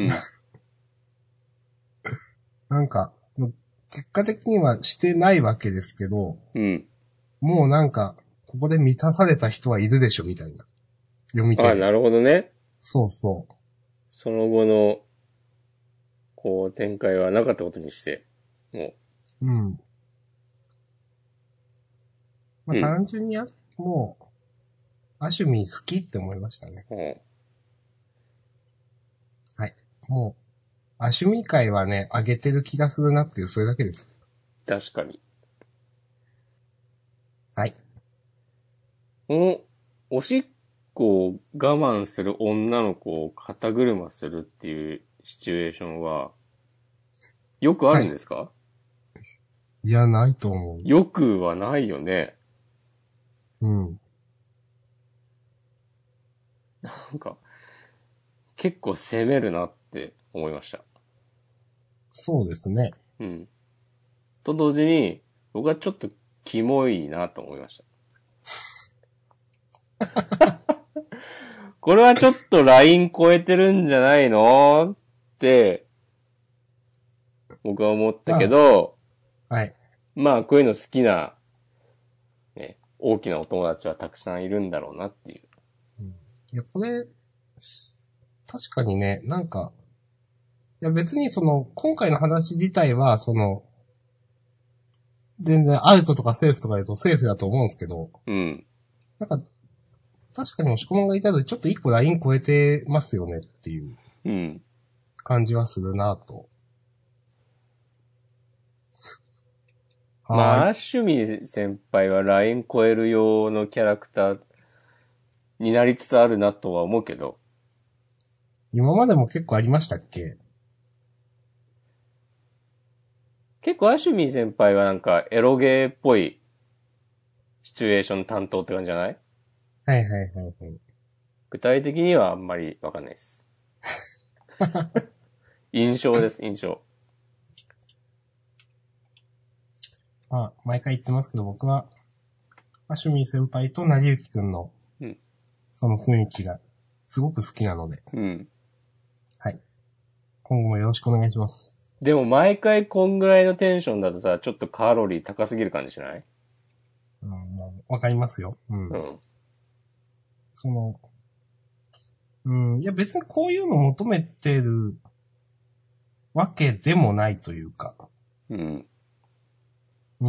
なんか、結果的にはしてないわけですけど、 うん。 もうなんか、ここで満たされた人はいるでしょ、みたいな。読み手で。 あ、なるほどね。 そうそその後の、こう、展開はなかったことにして、もう。うん。まあ、 うん単純にもう、アシュミ好きって思いましたね。 う、うん。 はい。もう、アシュミ会はね、上げてる気がするなっていう、それだけです。 確かに。 はい。 この、おしっこを我慢する女の子を肩車するっていうシチュエーションは、よくあるんですか？ いや、ないと思う。 よくはないよね。 うん。 なんか、結構攻めるなって思いました。 そうですね。 うん。と同時に、 僕はちょっとキモいなと思いました。これはちょっとライン超えてるんじゃないのって、僕は思ったけど、 はい。 まあ、こういうの好きな、ね、大きなお友達はたくさんいるんだろうなっていう。 いや、これ、確かにね、なんか、いや別に今回の話自体は、全然アウトとかセーフとか言うとセーフだと思うんですけど、 うん。 なんか、確かに押し込まんがいたので、ちょっと一個ライン超えてますよねっていううん。 感じはするなと。 まあ、 はーい。 アシュミ先輩はライン超える用のキャラクターになりつつあるなとは思うけど、 今までも結構ありましたっけ？ 結構アシュミ先輩はなんかエロゲーっぽいシチュエーション担当って感じじゃない？ はいはいはいはい。 具体的にはあんまりわかんないです。印象です、印象。 まあ、毎回言ってますけど、僕は、アシュミー先輩と成幸くんの、 うん。 その雰囲気が、すごく好きなので、 うん。 はい。今後もよろしくお願いします。 でも毎回こんぐらいのテンションだとさ、ちょっとカロリー高すぎる感じしない？ うん、もうわかりますよ。うん。 うん。 いや別にこういうの求めてるわけでもないというか、 うん。 うん。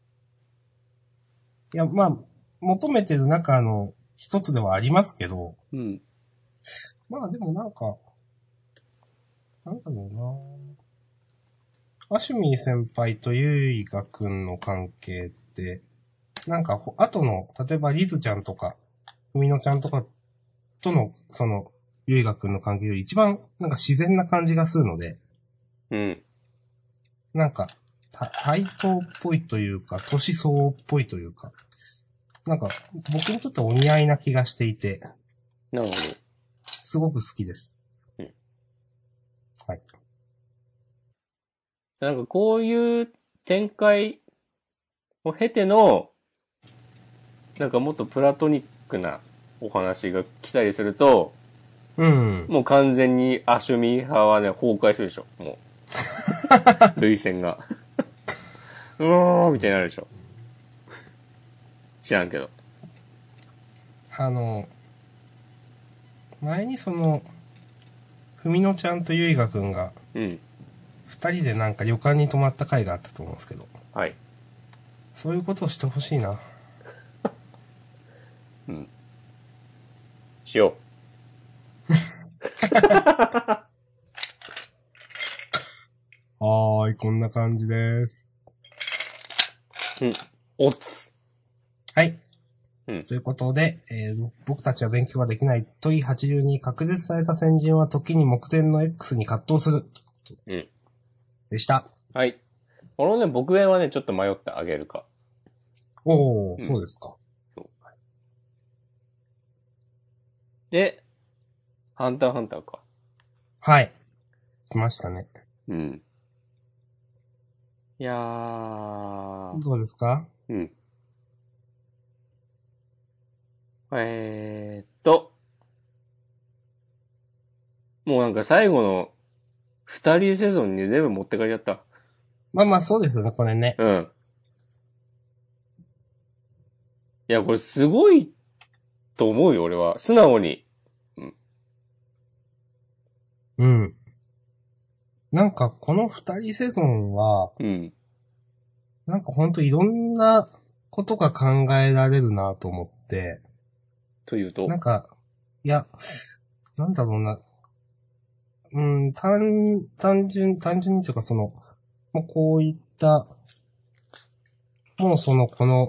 いや、まあ、求めてる中の一つではありますけど、 うん。 まあでもなんか、なんだろうな。アシュミー先輩とユイガくんの関係って、なんか後の、例えばリズちゃんとか、ふみのちゃんとかとの、ユイガくんの関係より一番、なんか自然な感じがするので、 うん。 なんか、対等っぽいというか、年相応っぽいというか、なんか、僕にとってお似合いな気がしていて、 なるほすごく好きです。 うん。 はい。 ど。なんかこういう展開を経ての、なんかもっとプラトニックなお話が来たりすると、 うん。 もう完全にアシュミ派はね、崩壊するでしょ。もう。涙腺が。うおーみたいになるでしょ。知らんけど。 前にふみのちゃんとゆいがくんが、 うん。 二人でなんか旅館に泊まった回があったと思うんですけど、 はい。 そういうことをしてほしいな。 うん。しよはーい、こんな感じです。 う。うん。おつ。 はい。 うん。 ということで、僕たちは勉強ができない問い82確実された先人は時に目前の X に葛藤する。 うん。 でした。 はい。このね、僕園はね、ちょっと迷ってあげるか。 おー、 うん。 そうですか。 そう。で、ハンターハンターか。 はい。来ましたね。 うん。いやー。 どうですか？ うん。もうなんか最後の二人セゾンに全部持ってかれちゃった。 まあまあそうですよね、これね。 うん。いや、これすごいと思うよ、俺は。素直に。うん。 うん。なんかこの二人セゾンは、 うん。 なんかほんといろんなことが考えられるなと思って、 というと。 なんか、いや、なんだろうな。うん、単純にというかもうこういった、もうこの、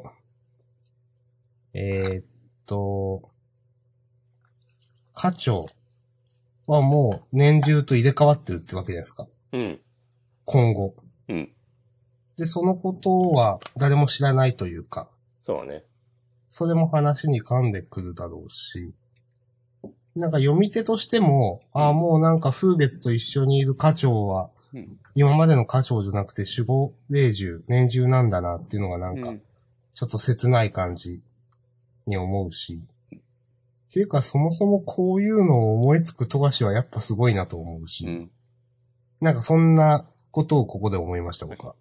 えーっと、課長はもう年中と入れ替わってるってわけですか。 うん。 今後。 うん。 で、そのことは誰も知らないというか、 そうね。 それも話に噛んでくるだろうし、なんか読み手としても、ああ、 うん。 もうなんか風月と一緒にいる課長は、 今までの歌唱じゃなくて守護霊獣、年中なんだなっていうのがなんか、ちょっと切ない感じに思うし。っていうかそもそもこういうのを思いつく富樫はやっぱすごいなと思うし。なんかそんなことをここで思いました、僕は。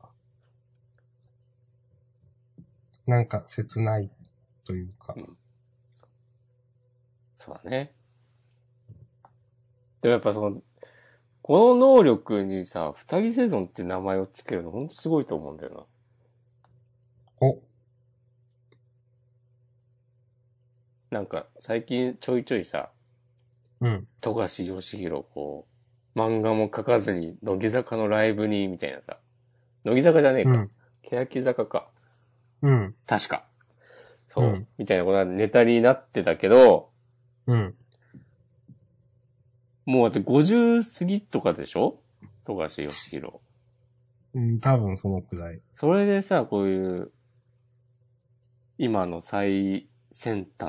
なんか切ないというか。 そうだね。でもやっぱこの能力にさ、二人生存って名前をつけるのほんとすごいと思うんだよな。 お。 なんか最近ちょいちょいさ、富樫義弘漫画も描かずに乃木坂のライブにみたいなさ。乃木坂じゃねえか。欅坂か。確か。そう。みたいなことがネタになってたけど、もうだって50過ぎとかでしょ富樫義弘。 多分そのくらい。 それでさ、こういう、今の最先端、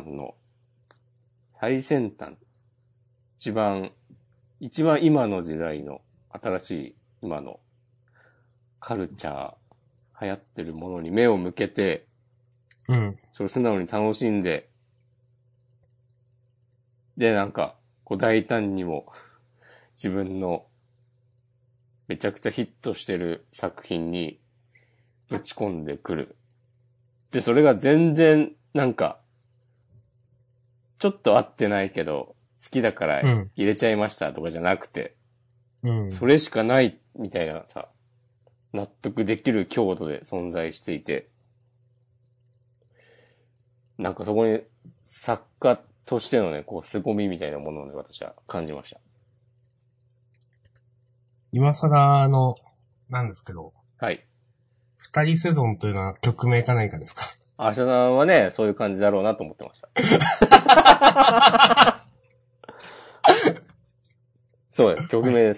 一番今の時代の新しい今のカルチャー流行ってるものに目を向けて、それを素直に楽しんで、で、なんか、大胆にも自分のめちゃくちゃヒットしてる作品にぶち込んでくる。で、それが全然なんか、ちょっと合ってないけど、好きだから入れちゃいましたとかじゃなくて、それしかないみたいなさ、納得できる強度で存在していて、なんかそこに作家としてのね、凄みみたいなものをね、私は感じました。 今更なんですけど。 はい。 二人セゾンというのは曲名か何かですか？ アシャさんはね、そういう感じだろうなと思ってました。そうです、曲名です。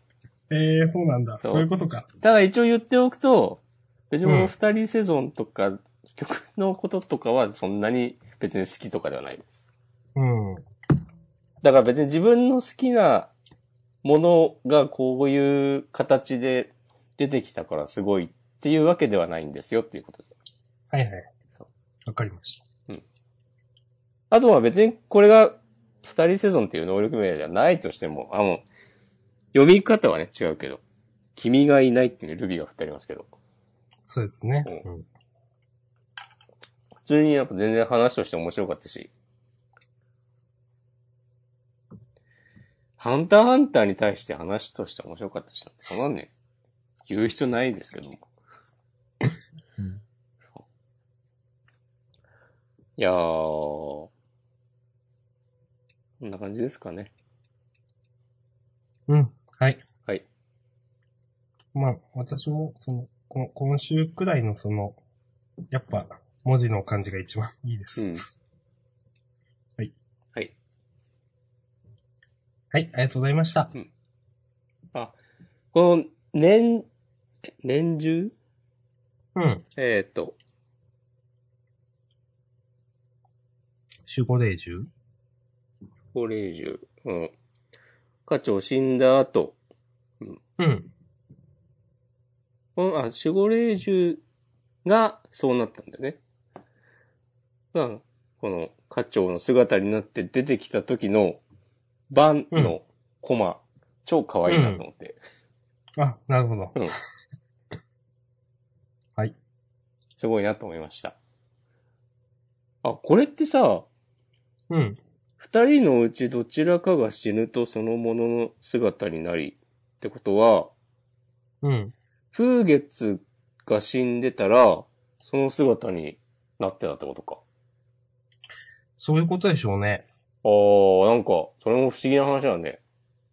そうなんだ。そういうことか。 ただ一応言っておくと、別に二人セゾンとか、曲のこととかはそんなに別に好きとかではないです。だから別に自分の好きなものがこういう形で出てきたからすごいっていうわけではないんですよっていうことです。 はいはい。わかりました。 あとは別にこれが二人セゾンっていう能力名じゃないとしても、読み方はね違うけど、君がいないっていうルビが振ってありますけど。 そうですね。 普通にやっぱ全然話として面白かったし、ハンターハンターに対して話として面白かったし、そんなんね、言う必要ないですけども。いやー、こんな感じですかね。 はい。 はい。 まあ、私も、今週くらいのやっぱ、文字の感じが一番いいです。はい。 はい。 はい、ありがとうございました。 この、年中守護霊獣守護霊獣。課長死んだ後。守護霊獣がそうなったんだよね。この課長の姿になって出てきた時の番のコマ、超可愛いなと思って。 あ、なるほど。はい。 すごいなと思いました。これってさ、二人のうちどちらかが死ぬとそのものの姿になりってことは、風月が死んでたら、その姿になってたってことか。 そういうことでしょうね。 なんか、それも不思議な話なんで。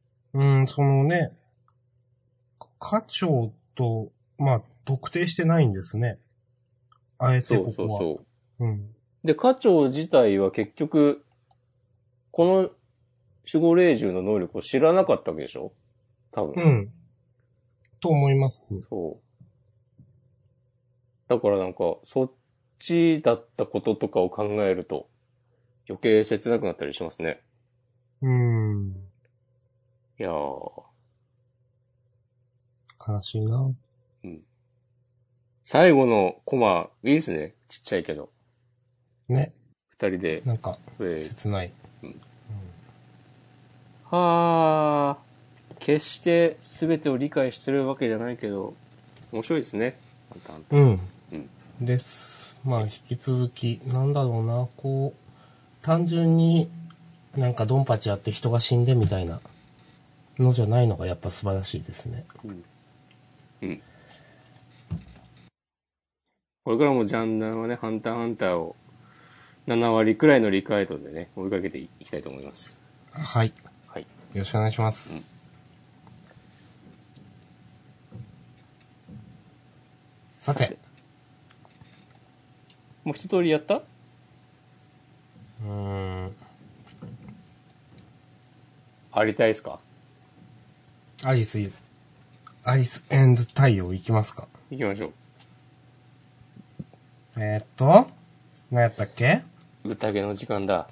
課長と、まあ、特定してないんですね。あえてここは。そう。 で、課長自体は結局、この守護霊獣の能力を知らなかったわけでしょ？多分。 と思います。 そう。だからなんか、そっちだったこととかを考えると、余計切なくなったりしますね。いやー。 悲しいな。 うん。最後のコマ、いいですね。ちっちゃいけど。 ね。 二人で。 なんか、切ない。 うん。はあ、決して全てを理解してるわけじゃないけど、面白いですね。 うん。 うん。 です。まあ、引き続き、なんだろうな、こう、単純になんかドンパチやって人が死んでみたいなのじゃないのがやっぱ素晴らしいですね。 うん。うん。これからもジャンダンはね、ハンターハンターを7割くらいの理解度でね、追いかけていきたいと思います。 はい。 はい。 よろしくお願いします。 うん。 さて。 もう一通りやった？ありたいですか？ アリス太陽行きますか？ 行きましょう。 何やったっけ？ 宴の時間だ。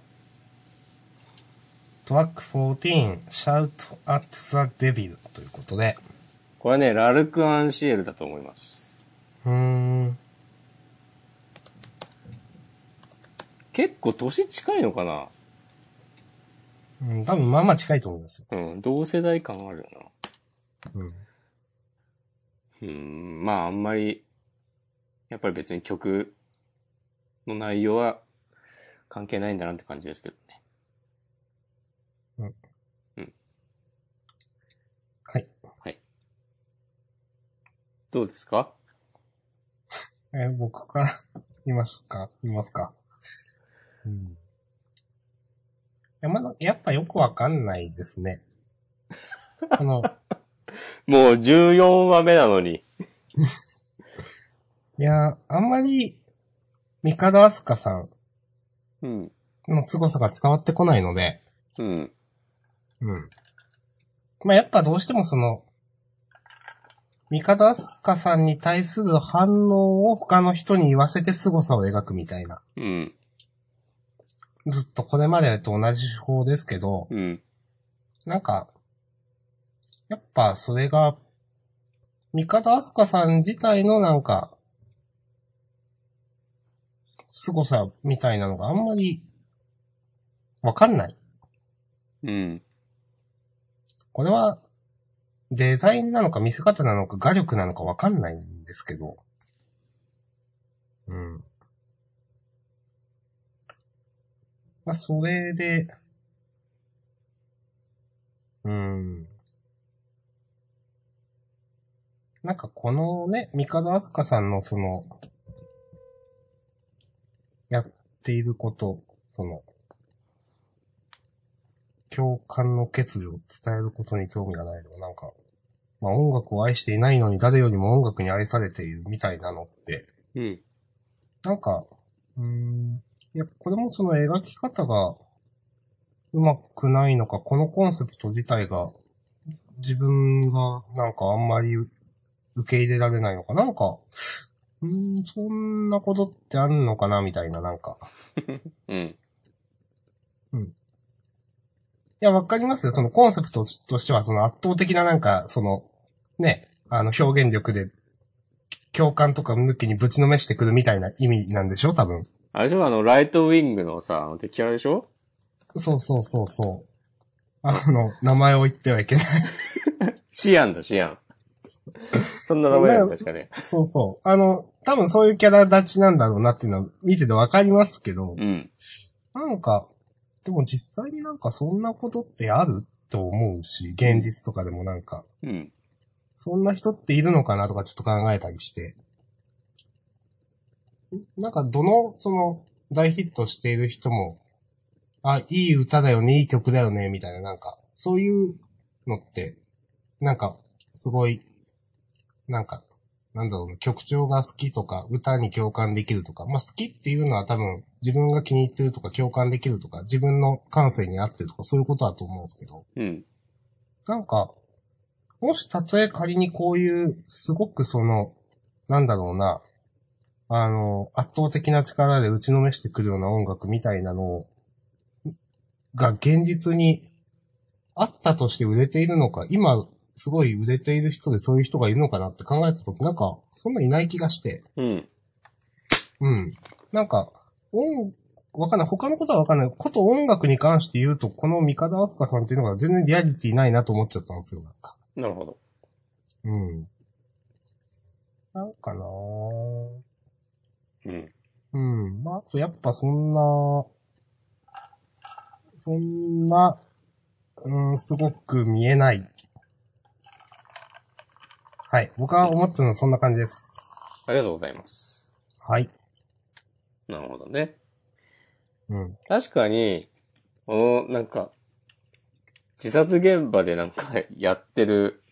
トラック14 Shout at the Devil ということで。 これはね、ラルク・アンシエルだと思います。結構年近いのかな？ うん、多分まあまあ近いと思いますよ。 うん、同世代感あるよな。 うん。 まああんまり、やっぱり別に曲の内容は関係ないんだなって感じですけどね。 うん。 うん。 はい。 はい。どうですか？ 僕から言いますか？うん。やっぱよくわかんないですね。 もう14話目なのに。 いや、あんまり、ミカドアスカさんうん。 の凄さが伝わってこないので、 うん。 うん。まあ、やっぱどうしてもミカドアスカさんに対する反応を他の人に言わせて凄さを描くみたいな。 うん。 ずっとこれまでと同じ手法ですけど、 うん。 なんか、やっぱそれが、ミカドアスカさん自体のなんか、凄さみたいなのがあんまりわかんない。 うん。 これは、デザインなのか見せ方なのか画力なのかわかんないんですけど。うん。まあ、それで、なんかこのね、ミカドアスカさんのやっていること、共感の決意を伝えることに興味がないのは、なんか、まあ音楽を愛していないのに誰よりも音楽に愛されているみたいなのって、 うん。 なんか、いや、これもその描き方がうまくないのか、このコンセプト自体が自分がなんかあんまり受け入れられないのか、なんか、そんなことってあんのかなみたいな、なんか。 うん。 うん。いや、わかりますよ。そのコンセプトとしては、その圧倒的ななんか、ね、表現力で、共感とか抜きにぶちのめしてくるみたいな意味なんでしょ多分。 あれでしょライトウィングのさ、敵キャラでしょ？ そう。名前を言ってはいけない。 シアンだ、シアン。そんな名前だよ、確かね。 そう。多分そういうキャラ立ちなんだろうなっていうのは見ててわかりますけど、 うん。 なんか、でも実際になんかそんなことってあると思うし、現実とかでもなんか、 うん。 そんな人っているのかなとかちょっと考えたりして、なんか大ヒットしている人も、あ、いい歌だよね、いい曲だよね、みたいななんか、そういうのって、なんか、すごい、なんか、なんだろうな、曲調が好きとか、歌に共感できるとか、まあ好きっていうのは多分、自分が気に入ってるとか、共感できるとか、自分の感性に合ってるとか、そういうことだと思うんですけど、 うん。 なんか、もしたとえ仮にこういう、すごくなんだろうな、圧倒的な力で打ちのめしてくるような音楽みたいなのが現実にあったとして売れているのか、今すごい売れている人でそういう人がいるのかなって考えたとき、なんか、そんないない気がして。 うん。 うん。なんか、わかんない。他のことはわかんない。こと音楽に関して言うと、この三方飛鳥さんっていうのが全然リアリティないなと思っちゃったんですよ、なんか。 なるほど。 うん。なんかなぁ。 うん。 うん。まあ、あとやっぱそんな、すごく見えない。はい。僕は思ってるのはそんな感じです。 ありがとうございます。 はい。 なるほどね。 うん。 確かに、なんか、自殺現場でなんかやってる、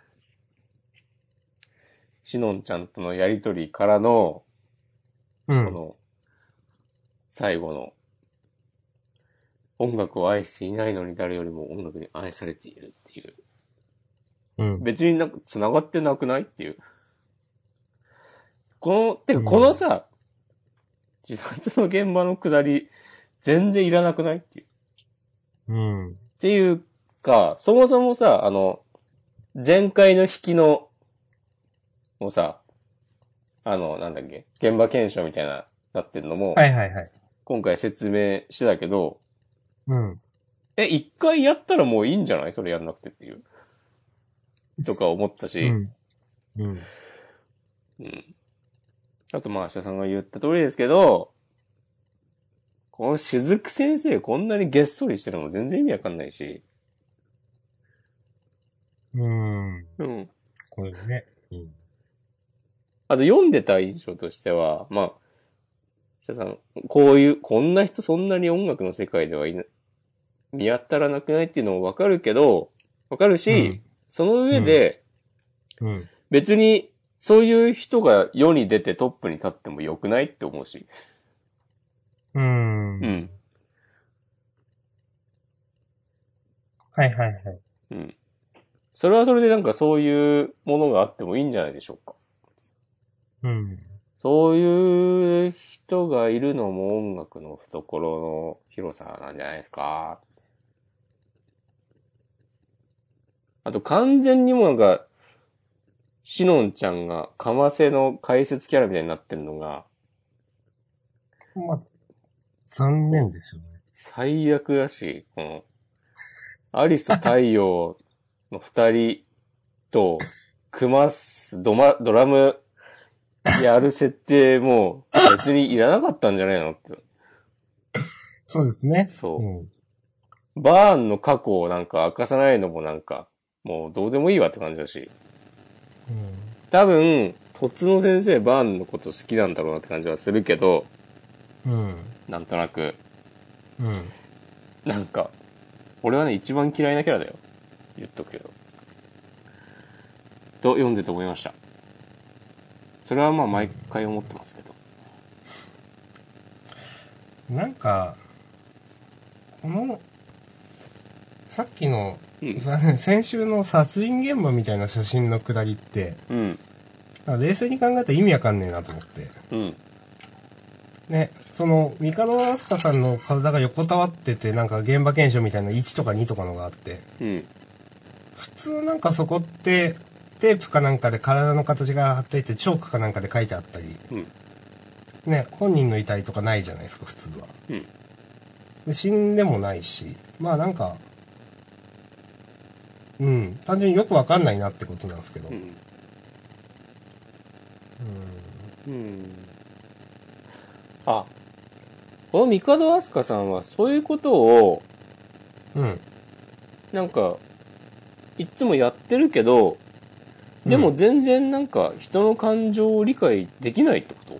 しのんちゃんとのやりとりからの、 うん。 この、最後の、音楽を愛していないのに誰よりも音楽に愛されているっていう。 うん。 別になんか繋がってなくないっていう。てかうんこのさ、自殺の現場の下り、全然いらなくないっていう。 うん。 っていうか、そもそもさ、前回の引きの、もうさ、なんだっけ、現場検証みたいな、なってるのも、 はいはいはい。 今回説明してたけど、 うん。 一回やったらもういいんじゃないそれやんなくてっていう。とか思ったし、 うん。うん。 うん。あとまあ、明日さんが言った通りですけど、この雫先生こんなにげっそりしてるのも全然意味わかんないし、 うん。 うん。 これね。うん。 あと読んでた印象としては、まあ、明日さん、こんな人そんなに音楽の世界で見当たらなくないっていうのもわかるけど、わかるし、 うん。 その上で、 うん。 別に、そういう人が世に出てトップに立ってもよくないって思うし。 うん。 うん。 はいはいはい。 うん。それはそれでなんかそういうものがあってもいいんじゃないでしょうか。 うん。 そういう人がいるのも音楽の懐の広さなんじゃないですか。あと完全にもなんか、しのんちゃんがかませの解説キャラみたいになってるのが、 まあ、残念ですよね。 最悪だし、この、アリスと太陽の二人と、ドラムやる設定も別にいらなかったんじゃないのって。 そうですね。うそん。 う。バーンの過去をなんか明かさないのもなんか、もうどうでもいいわって感じだし。 うん。 多分、とつの先生バーンのこと好きなんだろうなって感じはするけど、 うん。 なんとなく、 うん。 なんか、俺はね、一番嫌いなキャラだよ。言っとくけど。と読んでて思いました。それはまあ毎回思ってますけど。 なんか、この、さっきの、 うん。 先週の殺人現場みたいな写真のくだりって、 うん。 冷静に考えたら意味わかんねえなと思って。 うん。 ね、その、三門明日香さんの体が横たわってて、なんか現場検証みたいな1とか2とかのがあって、 うん。 普通なんかそこって、テープかなんかで体の形が貼っていて、チョークかなんかで書いてあったり、 うん。 ね、本人の遺体とかないじゃないですか、普通は。 うん。 で、死んでもないし、まあなんか、うん、単純によくわかんないなってことなんですけど。 うん。うん。あ、この三門明日香さんはそういうことを、 うん。 なんか、いつもやってるけど、でも全然なんか人の感情を理解できないってこと、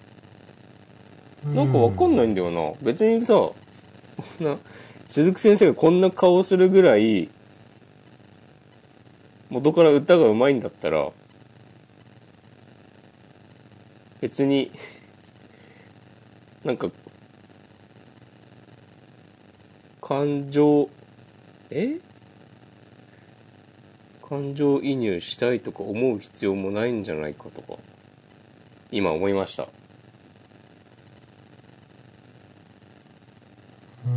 なんかわかんないんだよな。別にさ、鈴木先生がこんな顔するぐらい、元から歌が上手いんだったら、別に、なんか、感情、感情移入したいとか思う必要もないんじゃないかとか、今思いました。 うん。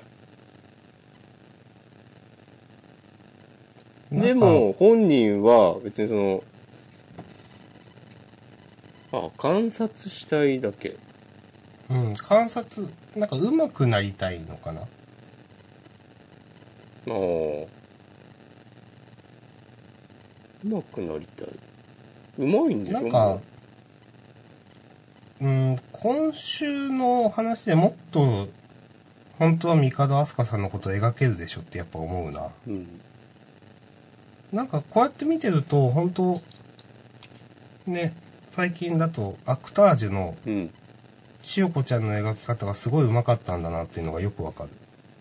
全然わかんない。 でも、本人は別にその、観察したいだけ。 うん、観察、なんか上手くなりたいのかな。 ああ。上手くなりたい。上手いんでしょなんか、今週の話でもっと、本当は帝飛鳥さんのことを描けるでしょってやっぱ思うな。 うん。 なんかこうやって見てると、本当ね、最近だとアクタージュのうん。 千代子ちゃんの描き方がすごい上手かったんだなっていうのがよくわかる。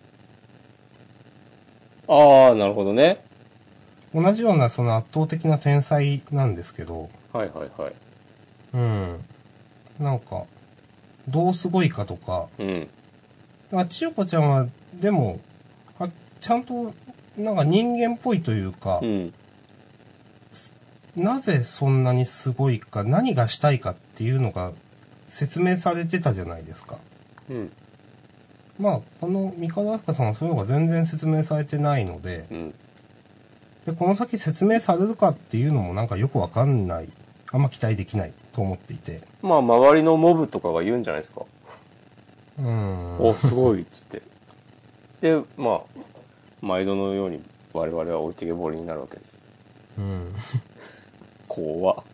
ああ、なるほどね。 同じようなその圧倒的な天才なんですけど、 はいはいはい。 うん。なんか、どうすごいかとか、 うん。 千代子ちゃんは、でも、ちゃんと、なんか人間っぽいというか、 うん。 なぜそんなにすごいか、何がしたいかっていうのが説明されてたじゃないですか。 うん。 まあ、この三河飛鳥さんはそういうのが全然説明されてないので、 うん。 で、この先説明されるかっていうのもなんかよくわかんない。あんま期待できないと思っていて。 まあ、周りのモブとかが言うんじゃないですか。お、すごいっつって。で、まあ、毎度のように我々は置いてけぼりになるわけですよ。 うん。 怖っ。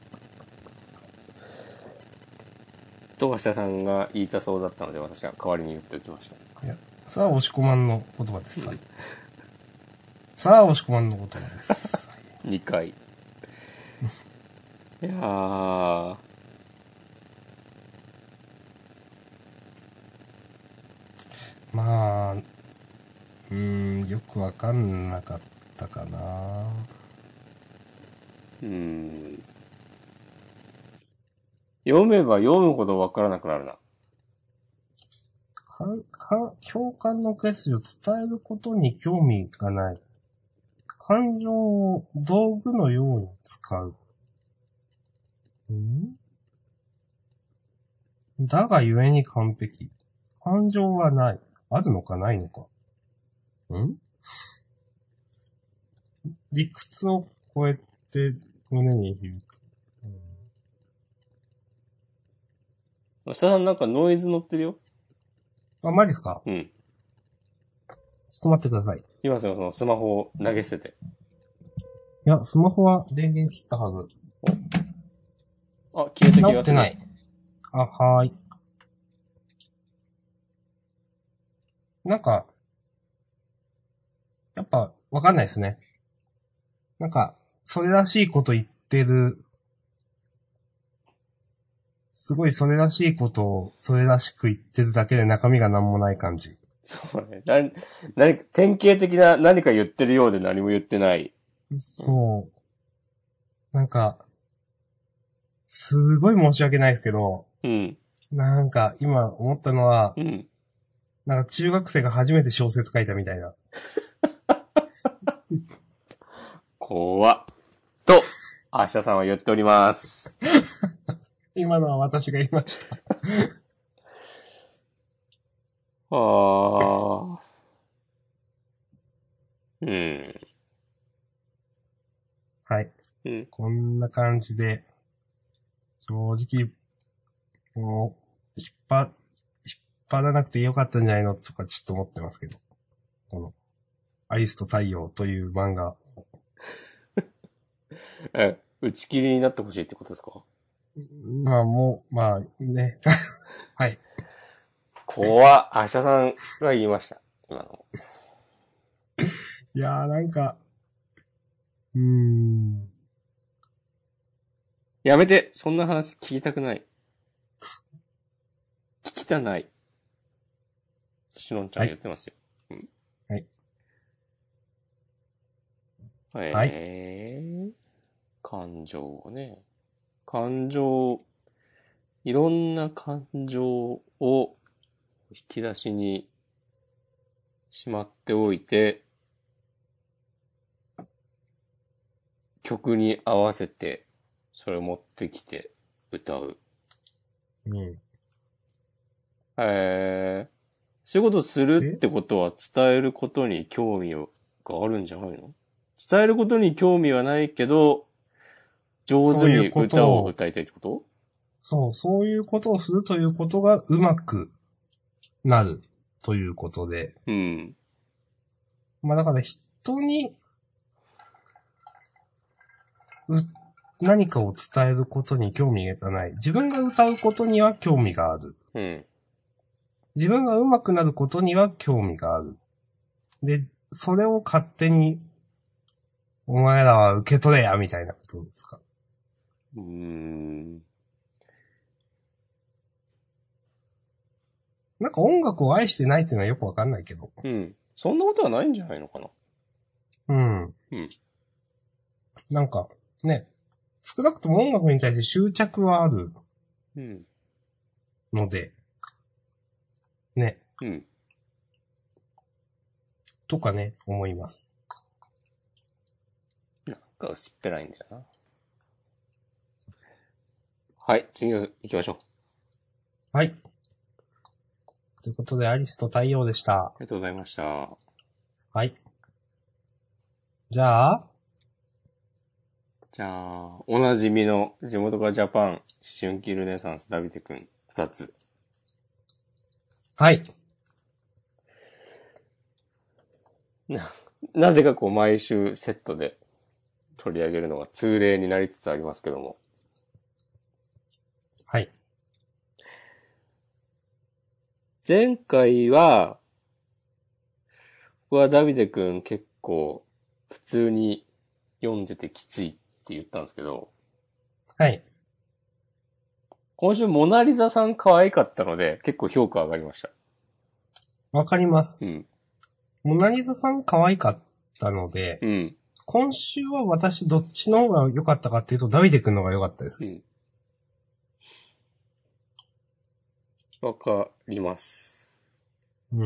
と、橋田さんが言いたそうだったので、私は代わりに言っておきました。 いや、さあ、押し込まんの言葉です。はい。さあ、押し込まんの言葉です。 2回。いやー。 まあ、よくわかんなかったかな。 読めば読むほどわからなくなるな。 共感の決意を伝えることに興味がない。感情を道具のように使う。だが故に完璧。感情はない。あるのかないのか。理屈を超えて胸に響く。 橋田さんなんかノイズ乗ってるよ。 あ、マジっすか？ うん。 ちょっと待ってください。 今すぐそのスマホを投げ捨てて。 いや、スマホは電源切ったはず。 あ、消えた気がする。 直ってない。あ、はーい。なんか、やっぱ、わかんないですね。なんか、それらしいこと言ってる、すごいそれらしいことを、それらしく言ってるだけで中身がなんもない感じ。 そうね。何か、典型的な何か言ってるようで何も言ってない。 そう。なんか、すごい申し訳ないですけど、 うん。 なんか今思ったのは、 うん。 なんか中学生が初めて小説書いたみたいな。 怖っ。と、明日さんは言っております。 今のは私が言いました。 ああ。うん。 はい。 うん。 こんな感じで、正直、もう、引っ張らなくてよかったんじゃないのとかちょっと思ってますけど。この、アリスと太陽という漫画。 打ち切りになってほしいってことですか？ まあもう、まあね。はい。 怖っ。明日さんが言いました。今の。 いやーなんか、 やめて。そんな話聞きたくない。聞きたない。しのんちゃん言ってますよ。 はい。 はい。感情ね。いろんな感情を引き出しにしまっておいて、曲に合わせて、それを持ってきて歌う。そういうことするってことは伝えることに興味があるんじゃないの？ 伝えることに興味はないけど、上手に歌を歌いたいってこと？ そういうことをするということが上手くなるということで。 うん。 まあだから人に、何かを伝えることに興味がない。自分が歌うことには興味がある。 うん。 自分が上手くなることには興味がある。で、それを勝手に、お前らは受け取れや、みたいなことですか。なんか音楽を愛してないっていうのはよくわかんないけど。 うん。そんなことはないんじゃないのかな。 うん。 うん。 なんか、ね、少なくとも音楽に対して執着はあるうん。 ので、ね、 うん。 とかね、思います。 なんか薄っぺらいんだよな。はい、次行きましょう。 はい。ということで、アリスと太陽でした。 ありがとうございました。 はい。じゃあ、 おなじみの地元がジャパン、思春期ルネサンス、ダビデくん、2つ。 はい。 なぜかこう毎週セットで取り上げるのが通例になりつつありますけども。 はい。 前回は、僕はダビデくん結構普通に読んでてきついって言ったんですけど、 はい。 今週モナリザさん可愛かったので結構評価上がりました。 わかります。 うん。 モナリザさん可愛かったので、 うん。 今週は私どっちの方が良かったかっていうと、ダビデ君の方が良かったです。 わかります。 うん。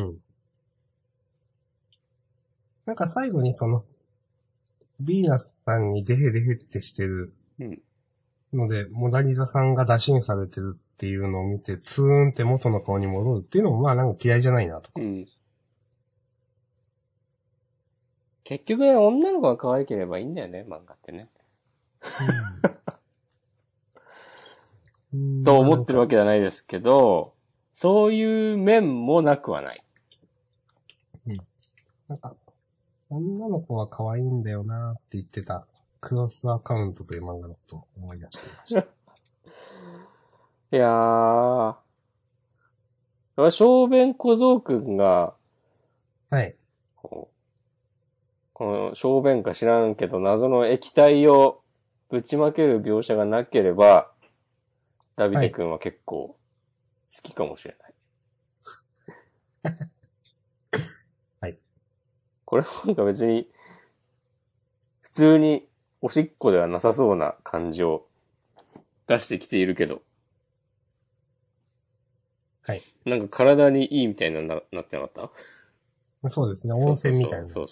なんか最後にその、ビーナスさんにデヘデヘってしてるので、モナリザさんが打診されてるっていうのを見て、ツーンって元の顔に戻るっていうのもまあなんか嫌いじゃないなとか。 うん。結局ね、女の子が可愛ければいいんだよね、漫画ってね。と思ってるわけじゃないですけど、そういう面もなくはない。 うん。なんか、女の子は可愛いんだよなって言ってた、クロスアカウントという漫画のことを思い出していました。 いやー、小弁小僧くんが、 はい。 この小便か知らんけど謎の液体をぶちまける描写がなければ、ダビデ君は結構好きかもしれない。 はい。 これなんか別に、普通におしっこではなさそうな感じを出してきているけど。 はい。 なんか体にいいみたいななってなかった？ そうですね、温泉みたいな。 そう。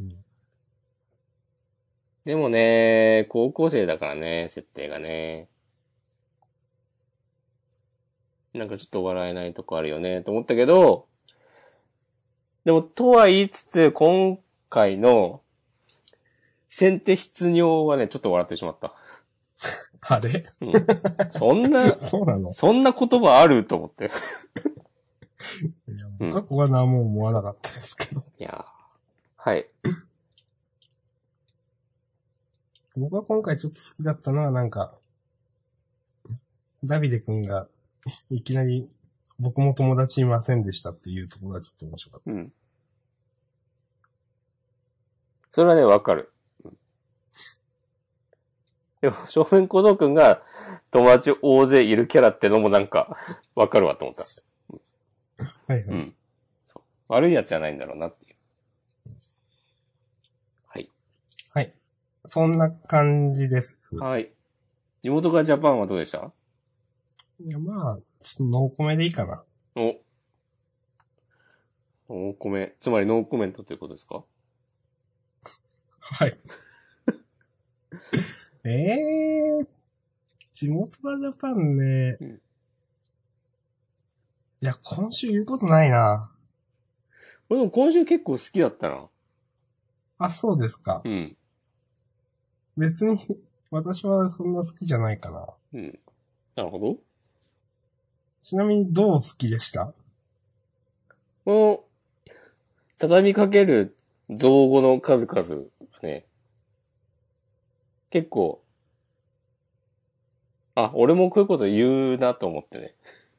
でもね、高校生だからね、設定がね。なんかちょっと笑えないとこあるよね、と思ったけど、でも、とは言いつつ、今回の、先手必尿はね、ちょっと笑ってしまった。 あれうん。そんな、 そうなの？ そんな言葉あると思って。 僕はここは何も思わなかったですけど。 いやはい。 僕は今回ちょっと好きだったのはなんか、ダビデ君がいきなり僕も友達いませんでしたっていうところがちょっと面白かったです。 それはね、わかる。でも、少年小僧くんが友達大勢いるキャラってのもなんか、わかるわと思った。 はいはい。 そう。悪いやつじゃないんだろうなっていう。はい。 はい。そんな感じです。 はい。地元がジャパンはどうでした？ いや、まあ、ちょっとノーコメでいいかな。 ノーコメ。つまりノーコメントということですか？ はい。地元がジャパンね。いや、今週言うことないな。 俺でも今週結構好きだったな。 あ、そうですか。 うん。 別に、私はそんな好きじゃないかな。 うん。なるほど。 ちなみにどう好きでした？ この、畳みかける造語の数々がね、結構、あ、俺もこういうこと言うなと思ってね。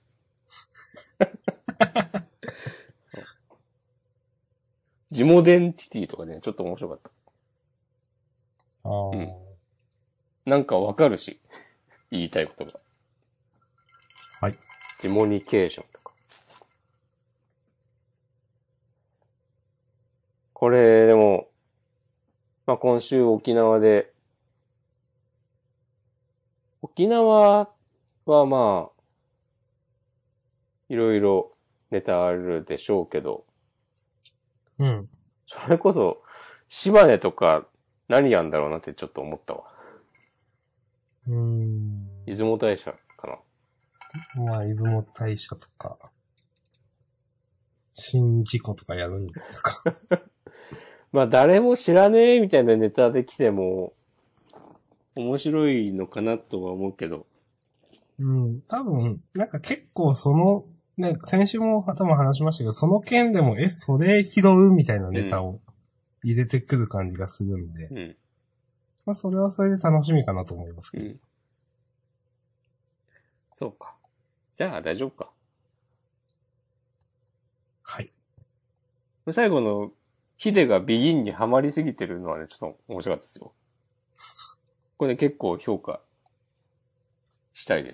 ジモデンティティとかね、ちょっと面白かった。 ああ、 うん。なんかわかるし、言いたいことが。 はい。 ジモニケーションとか。これ、でも、まあ、今週沖縄で、沖縄はまあ、いろいろネタあるでしょうけど、 うん。 それこそ、島根とか何やんだろうなってちょっと思ったわ。出雲大社かな。 まあ、出雲大社とか、新事故とかやるんですか？ まあ誰も知らねえみたいなネタで来ても、面白いのかなとは思うけど。 うん。多分、なんか結構その、ね、先週も多分話しましたけど、その件でも、それ拾うみたいなネタを入れてくる感じがするんで、 うん。 まあ、それはそれで楽しみかなと思いますけど。 うん。そうか。じゃあ大丈夫か。 はい。 最後のヒデがビギンにはまりすぎてるのはね、ちょっと面白かったですよ。これね、結構評価したいです。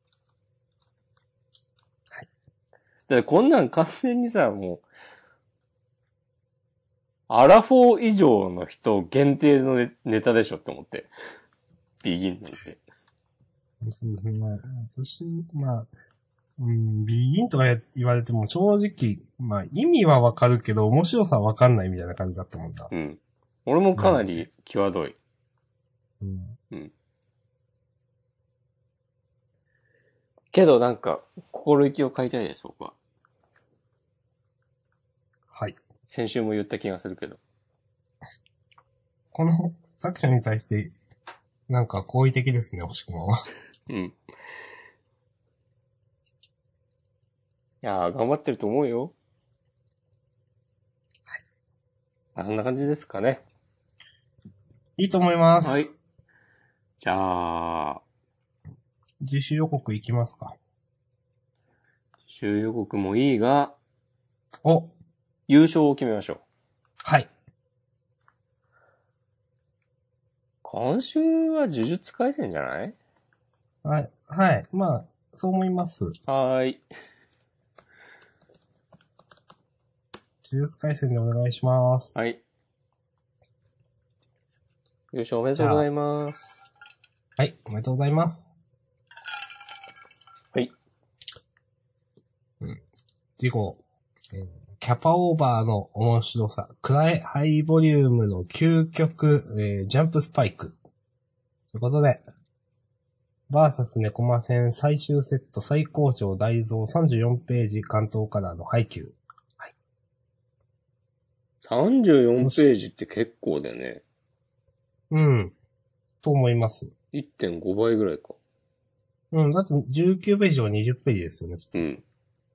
はい。 だってこんなん完全にさ、もう、アラフォー以上の人限定のネタでしょって思って。ビギンなんて。 そうですね。まあ、私、まあ、ビギンとか言われても正直、まあ意味はわかるけど面白さはわかんないみたいな感じだったもんな。 うん。俺もかなり際どい。 うん。 うん。けどなんか、心意気を買いたいです、僕は。 はい。 先週も言った気がするけど。 この作者に対して、なんか好意的ですね、星くんは。 うん。いやー、頑張ってると思うよ。はい。まあ、そんな感じですかね。 いいと思います。 はい。じゃあ、 自主予告いきますか。 週予告もいいが、 お、 優勝を決めましょう。 はい。 今週は呪術廻戦じゃない？ はい。はい。まあ、そう思います。 はーい。 呪術廻戦でお願いします。 はい。優勝おめでとうございます。 はい、おめでとうございます。 はい。 次号、キャパオーバーの面白さ、暗いハイボリュームの究極、ジャンプスパイク。ということで、バーサスネコマ戦最終セット最高潮大蔵34ページ関東カラーの配給。はい。 34ページって結構だよね。 うん。と思います。 1.5 倍ぐらいか。 うん、だって19ページは20ページですよね、普通。 うん。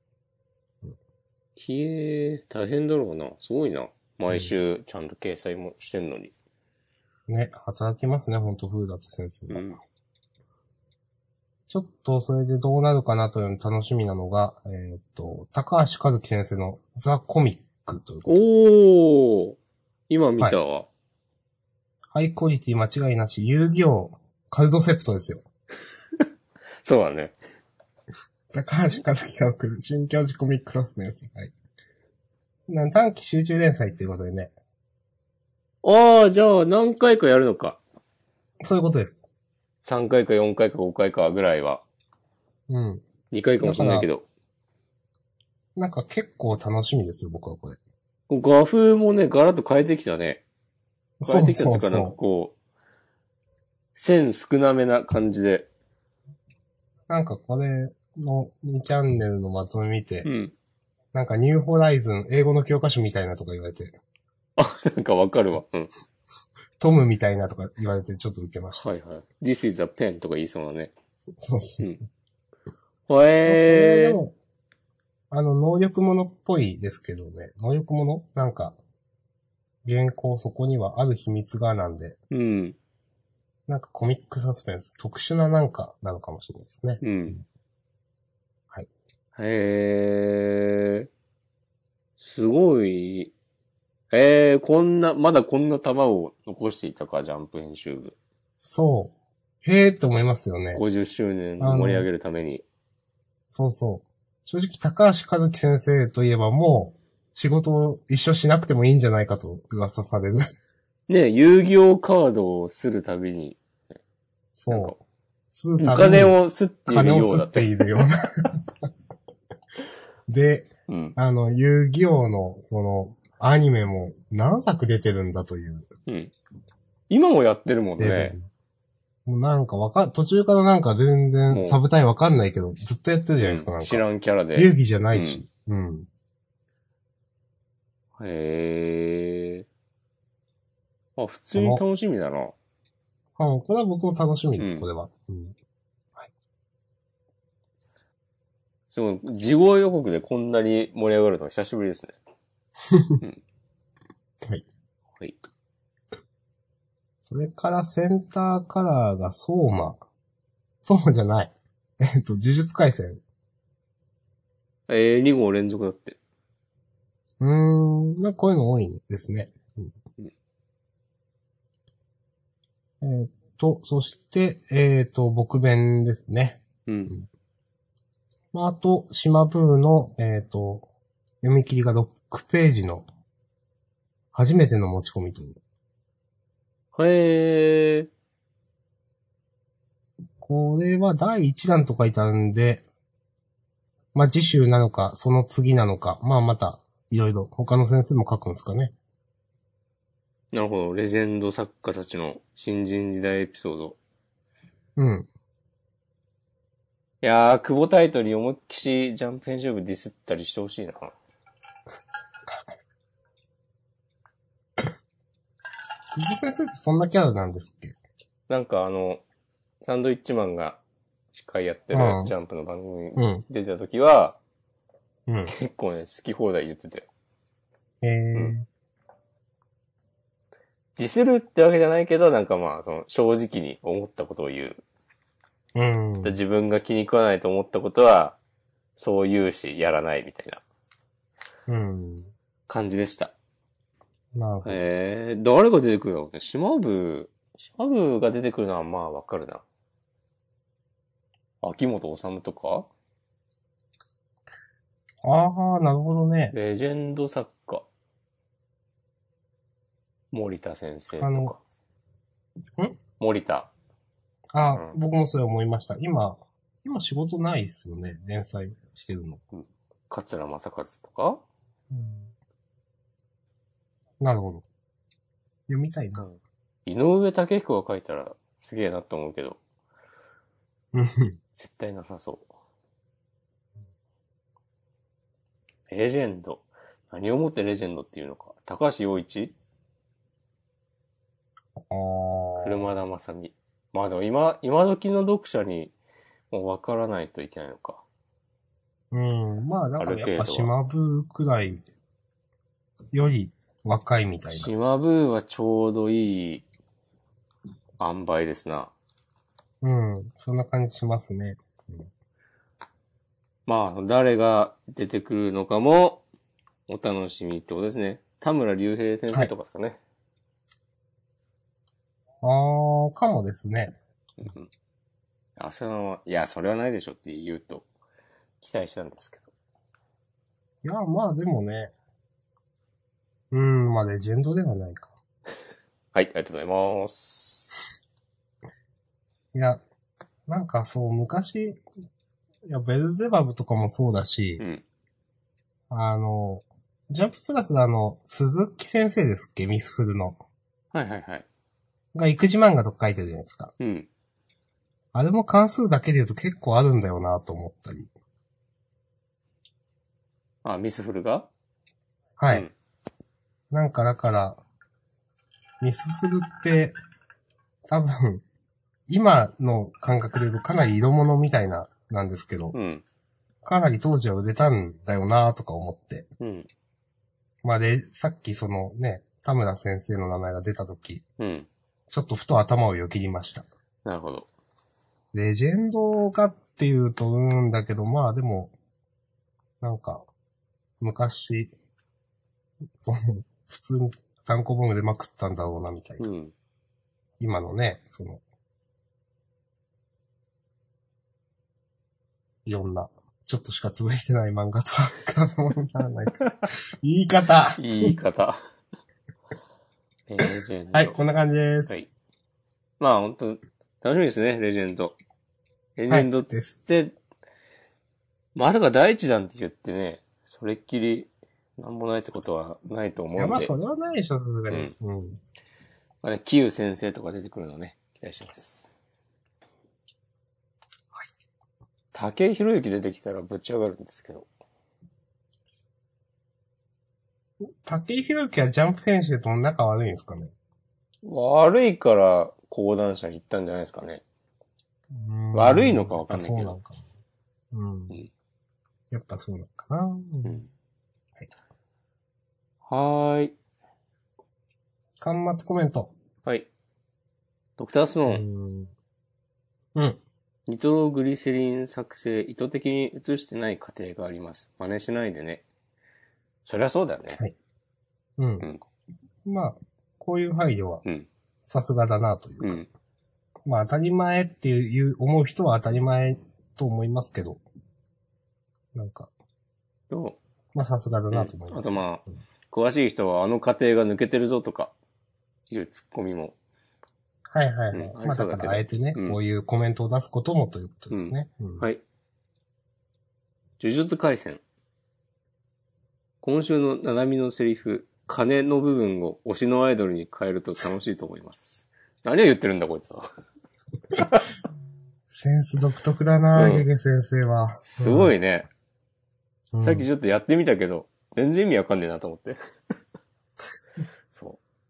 大変だろうな。すごいな。毎週ちゃんと掲載もしてんのに。 ね、働きますね、ほんと、古田先生が。 うん。 ちょっとそれでどうなるかなというの楽しみなのが、高橋和樹先生のザ・コミックということで。 おー今見たわ。 はい、ハイクオリティ間違いなし、遊戯王、カルドセプトですよ。 そうだね。 高橋和樹が送る新教授コミックサスペンス。はい。短期集中連載っていうことでね。 ああ、じゃあ何回かやるのか。 そういうことです。 3回か4回か5回かぐらいは。 うん。 2回かもしれないけど。 なんか結構楽しみですよ、僕はこれ。 画風もね、ガラッと変えてきたね。変えてきたっていうかそうなんかこう、線少なめな感じで。 なんかこれの2チャンネルのまとめ見て、 うん。 なんかニューホライズン英語の教科書みたいなとか言われて。 あ、なんかわかるわ。うん。 トムみたいなとか言われてちょっと受けました。 はいはい。This is a pen とか言いそうなね。 そうそう。 うん。 これでも、能力者っぽいですけどね。能力者なんか、原稿そこにはある秘密がなんで、 うん。 なんかコミックサスペンス、特殊ななんかなのかもしれないですね。 うん。 はい。 へー。すごい。まだこんな玉を残していたか、ジャンプ編集部。 そう。へーって思いますよね。 50周年盛り上げるために。 そうそう。正直、高橋和樹先生といえばもう、仕事を一緒しなくてもいいんじゃないかと噂される。 ね、遊戯王カードをするたびに、なんかそう。吸うおたびに金を吸ってい金をるようだって。 吸っているような。で、 うん。 遊戯王の、アニメも何作出てるんだといううん。今もやってるもんレベル。 ね。 もうなんか途中からなんか全然サブタイわかんないけど、ずっとやってるじゃないですか、なんか。 知らんキャラで。 遊戯じゃないし。うん。 へー。あ、普通に楽しみだな。 これは僕も楽しみです、 うんこれは。うん。 すごい、事後予告でこんなに盛り上がるのは久しぶりですね。うん。 はい。 はい。 それからセンターカラーが相馬。そうじゃない。呪術廻戦。 2号連続だって。 なんかこういうの多いんですね。そして、僕弁ですね。 うん。 まあ、あと、島ブーの、読み切りが6ページの、初めての持ち込みという。 へー。 これは第1弾と書いてあるんで、まあ、次週なのか、その次なのか、まあ、また、いろいろ、他の先生も書くんですかね。 なるほど。レジェンド作家たちの新人時代エピソード。 うん。 いやー、久保タイトルに思いっきしジャンプ編集部ディスったりしてほしいな。 久保先生ってそんなキャラなんですっけ？ なんかサンドイッチマンが司会やってるジャンプの番組に出てた時は、 うん。 結構ね、好き放題言ってて。 うん。 ディスるってわけじゃないけど、なんかまあ、正直に思ったことを言う。 うん。 自分が気に食わないと思ったことは、そう言うし、やらないみたいなうん。 感じでした。 なるほど。 誰が出てくるのね。島部が出てくるのはまあわかるな。秋元治とかああ、なるほどね。 レジェンド作家。森田先生とか。森田。 僕もそれ思いました。今仕事ないっすよね。連載してるの。 桂正和とか、 なるほど。読みたいな。 井上武彦が書いたらすげえなと思うけど。絶対なさそう。レジェンド。何をもってレジェンドっていうのか。高橋陽一？車田正美。まあでも今時の読者にもう分からないといけないのか。 まあだからやっぱ島ブーくらいより若いみたいな。 島ブーはちょうどいい塩梅ですな。 そんな感じしますね。 まあ、誰が出てくるのかもお楽しみってことですね。田村隆平先生とかですかね。 はい、かもですね。 いや、それはないでしょって言うと期待したんですけど。 いや、まあでもね。まあレジェンドではないか。 はい、ありがとうございます。 いや、なんかそう、昔、ベルゼバブとかもそうだし、ジャンププラスの鈴木先生ですっけ、ミスフルの。 はいはいはい。 が育児漫画とか書いてるじゃないですか。あれも関数だけで言うと結構あるんだよなと思ったり。 ミスフルが？ はい。なんかだから、 ミスフルって、多分、今の感覚で言うとかなり色物みたいなんですけど、 うん。 かなり当時は売れたんだよなとか思って。 うん。 まあで、さっきそのね、田村先生の名前が出たとき、 うん。 ちょっとふと頭をよぎりました。 なるほど。 レジェンドかっていうと、だけど、まあでも、なんか、昔、その、普通に単行本でまくったんだろうな、みたいな。 うん。 今のね、その、いろんな、ちょっとしか続いてない漫画とは、ものにならないから。言い方言い方。レジェンド。 はい、こんな感じです。 はい。まあ、本当楽しみですね、レジェンド。レジェンドっはい、です。 て、まさか第一弾って言ってね、それっきりなんもないってことはないと思いや、 うんで。 まあ、それはないでしょ、さすがに。 うん。 うん。 まあね、キユ先生とか出てくるのをね、期待してます。はい。竹井宏之出てきたらぶち上がるんですけど。 竹井宏之はジャンプ編集と仲悪いんですかね。 悪いから講談社に行ったんじゃないですかね。悪いのかわかんないけど。 そうなんか。うん。やっぱそうなのかな。うん。 はい。はーい。 端末コメント。 はい。ドクタースノーン。うん。 ニトログリセリン作成意図的に移してない過程があります。真似しないでね。そりゃそうだよね。 はい。うん。まあ、こういう配慮は、さすがだなというか。まあ当たり前っていう思う人は当たり前と思いますけど。なんか。まあさすがだなと思います。 あとまあ、詳しい人はあの過程が抜けてるぞとか、いうツッコミも。 はいはいはい。まあだからあえてね、こういうコメントを出すこともということですね。 はい。呪術廻戦。今週のナナミのセリフ、金の部分を推しのアイドルに変えると楽しいと思います。何を言ってるんだこいつは。 センス独特だな、ゲゲ先生は。 すごいね。さっきちょっとやってみたけど、全然意味わかんねえなと思って。そう。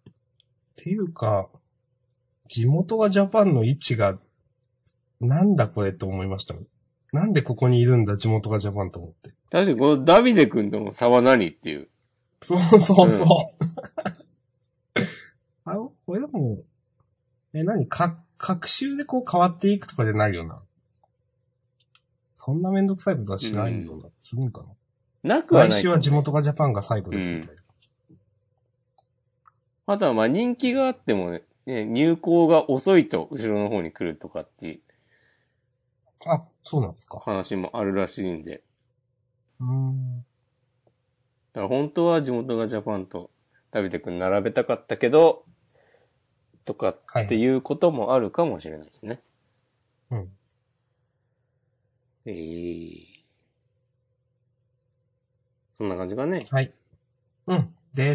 っていうか、地元がジャパンの位置が、なんだこれと思いましたもん。なんでここにいるんだ、地元がジャパンと思って。 確かにこのダビデ君との差は何っていう。 そうそうそう。これでも、各週でこう変わっていくとかじゃないよな。そんなめんどくさいことはしないよな。するんかな。 なくはない、ね。 来週は地元がジャパンが最後ですみたいな。 あとはまあ人気があってもね、入校が遅いと後ろの方に来るとかっていう。 あ、そうなんですか。 話もあるらしいんで。 だから本当は地元がジャパンとダビデ君並べたかったけど、とかっていうこともあるかもしれないですね。 はい、 そんな感じかね。 はい。です。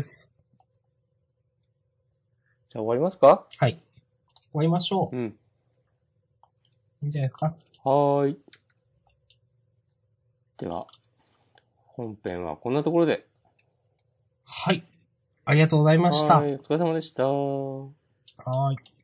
じゃあ終わりますか？ はい。終わりましょう。いいんじゃないですか。 はーい。では、本編はこんなところで。 はい。ありがとうございました。 はい、お疲れ様でした。 はい。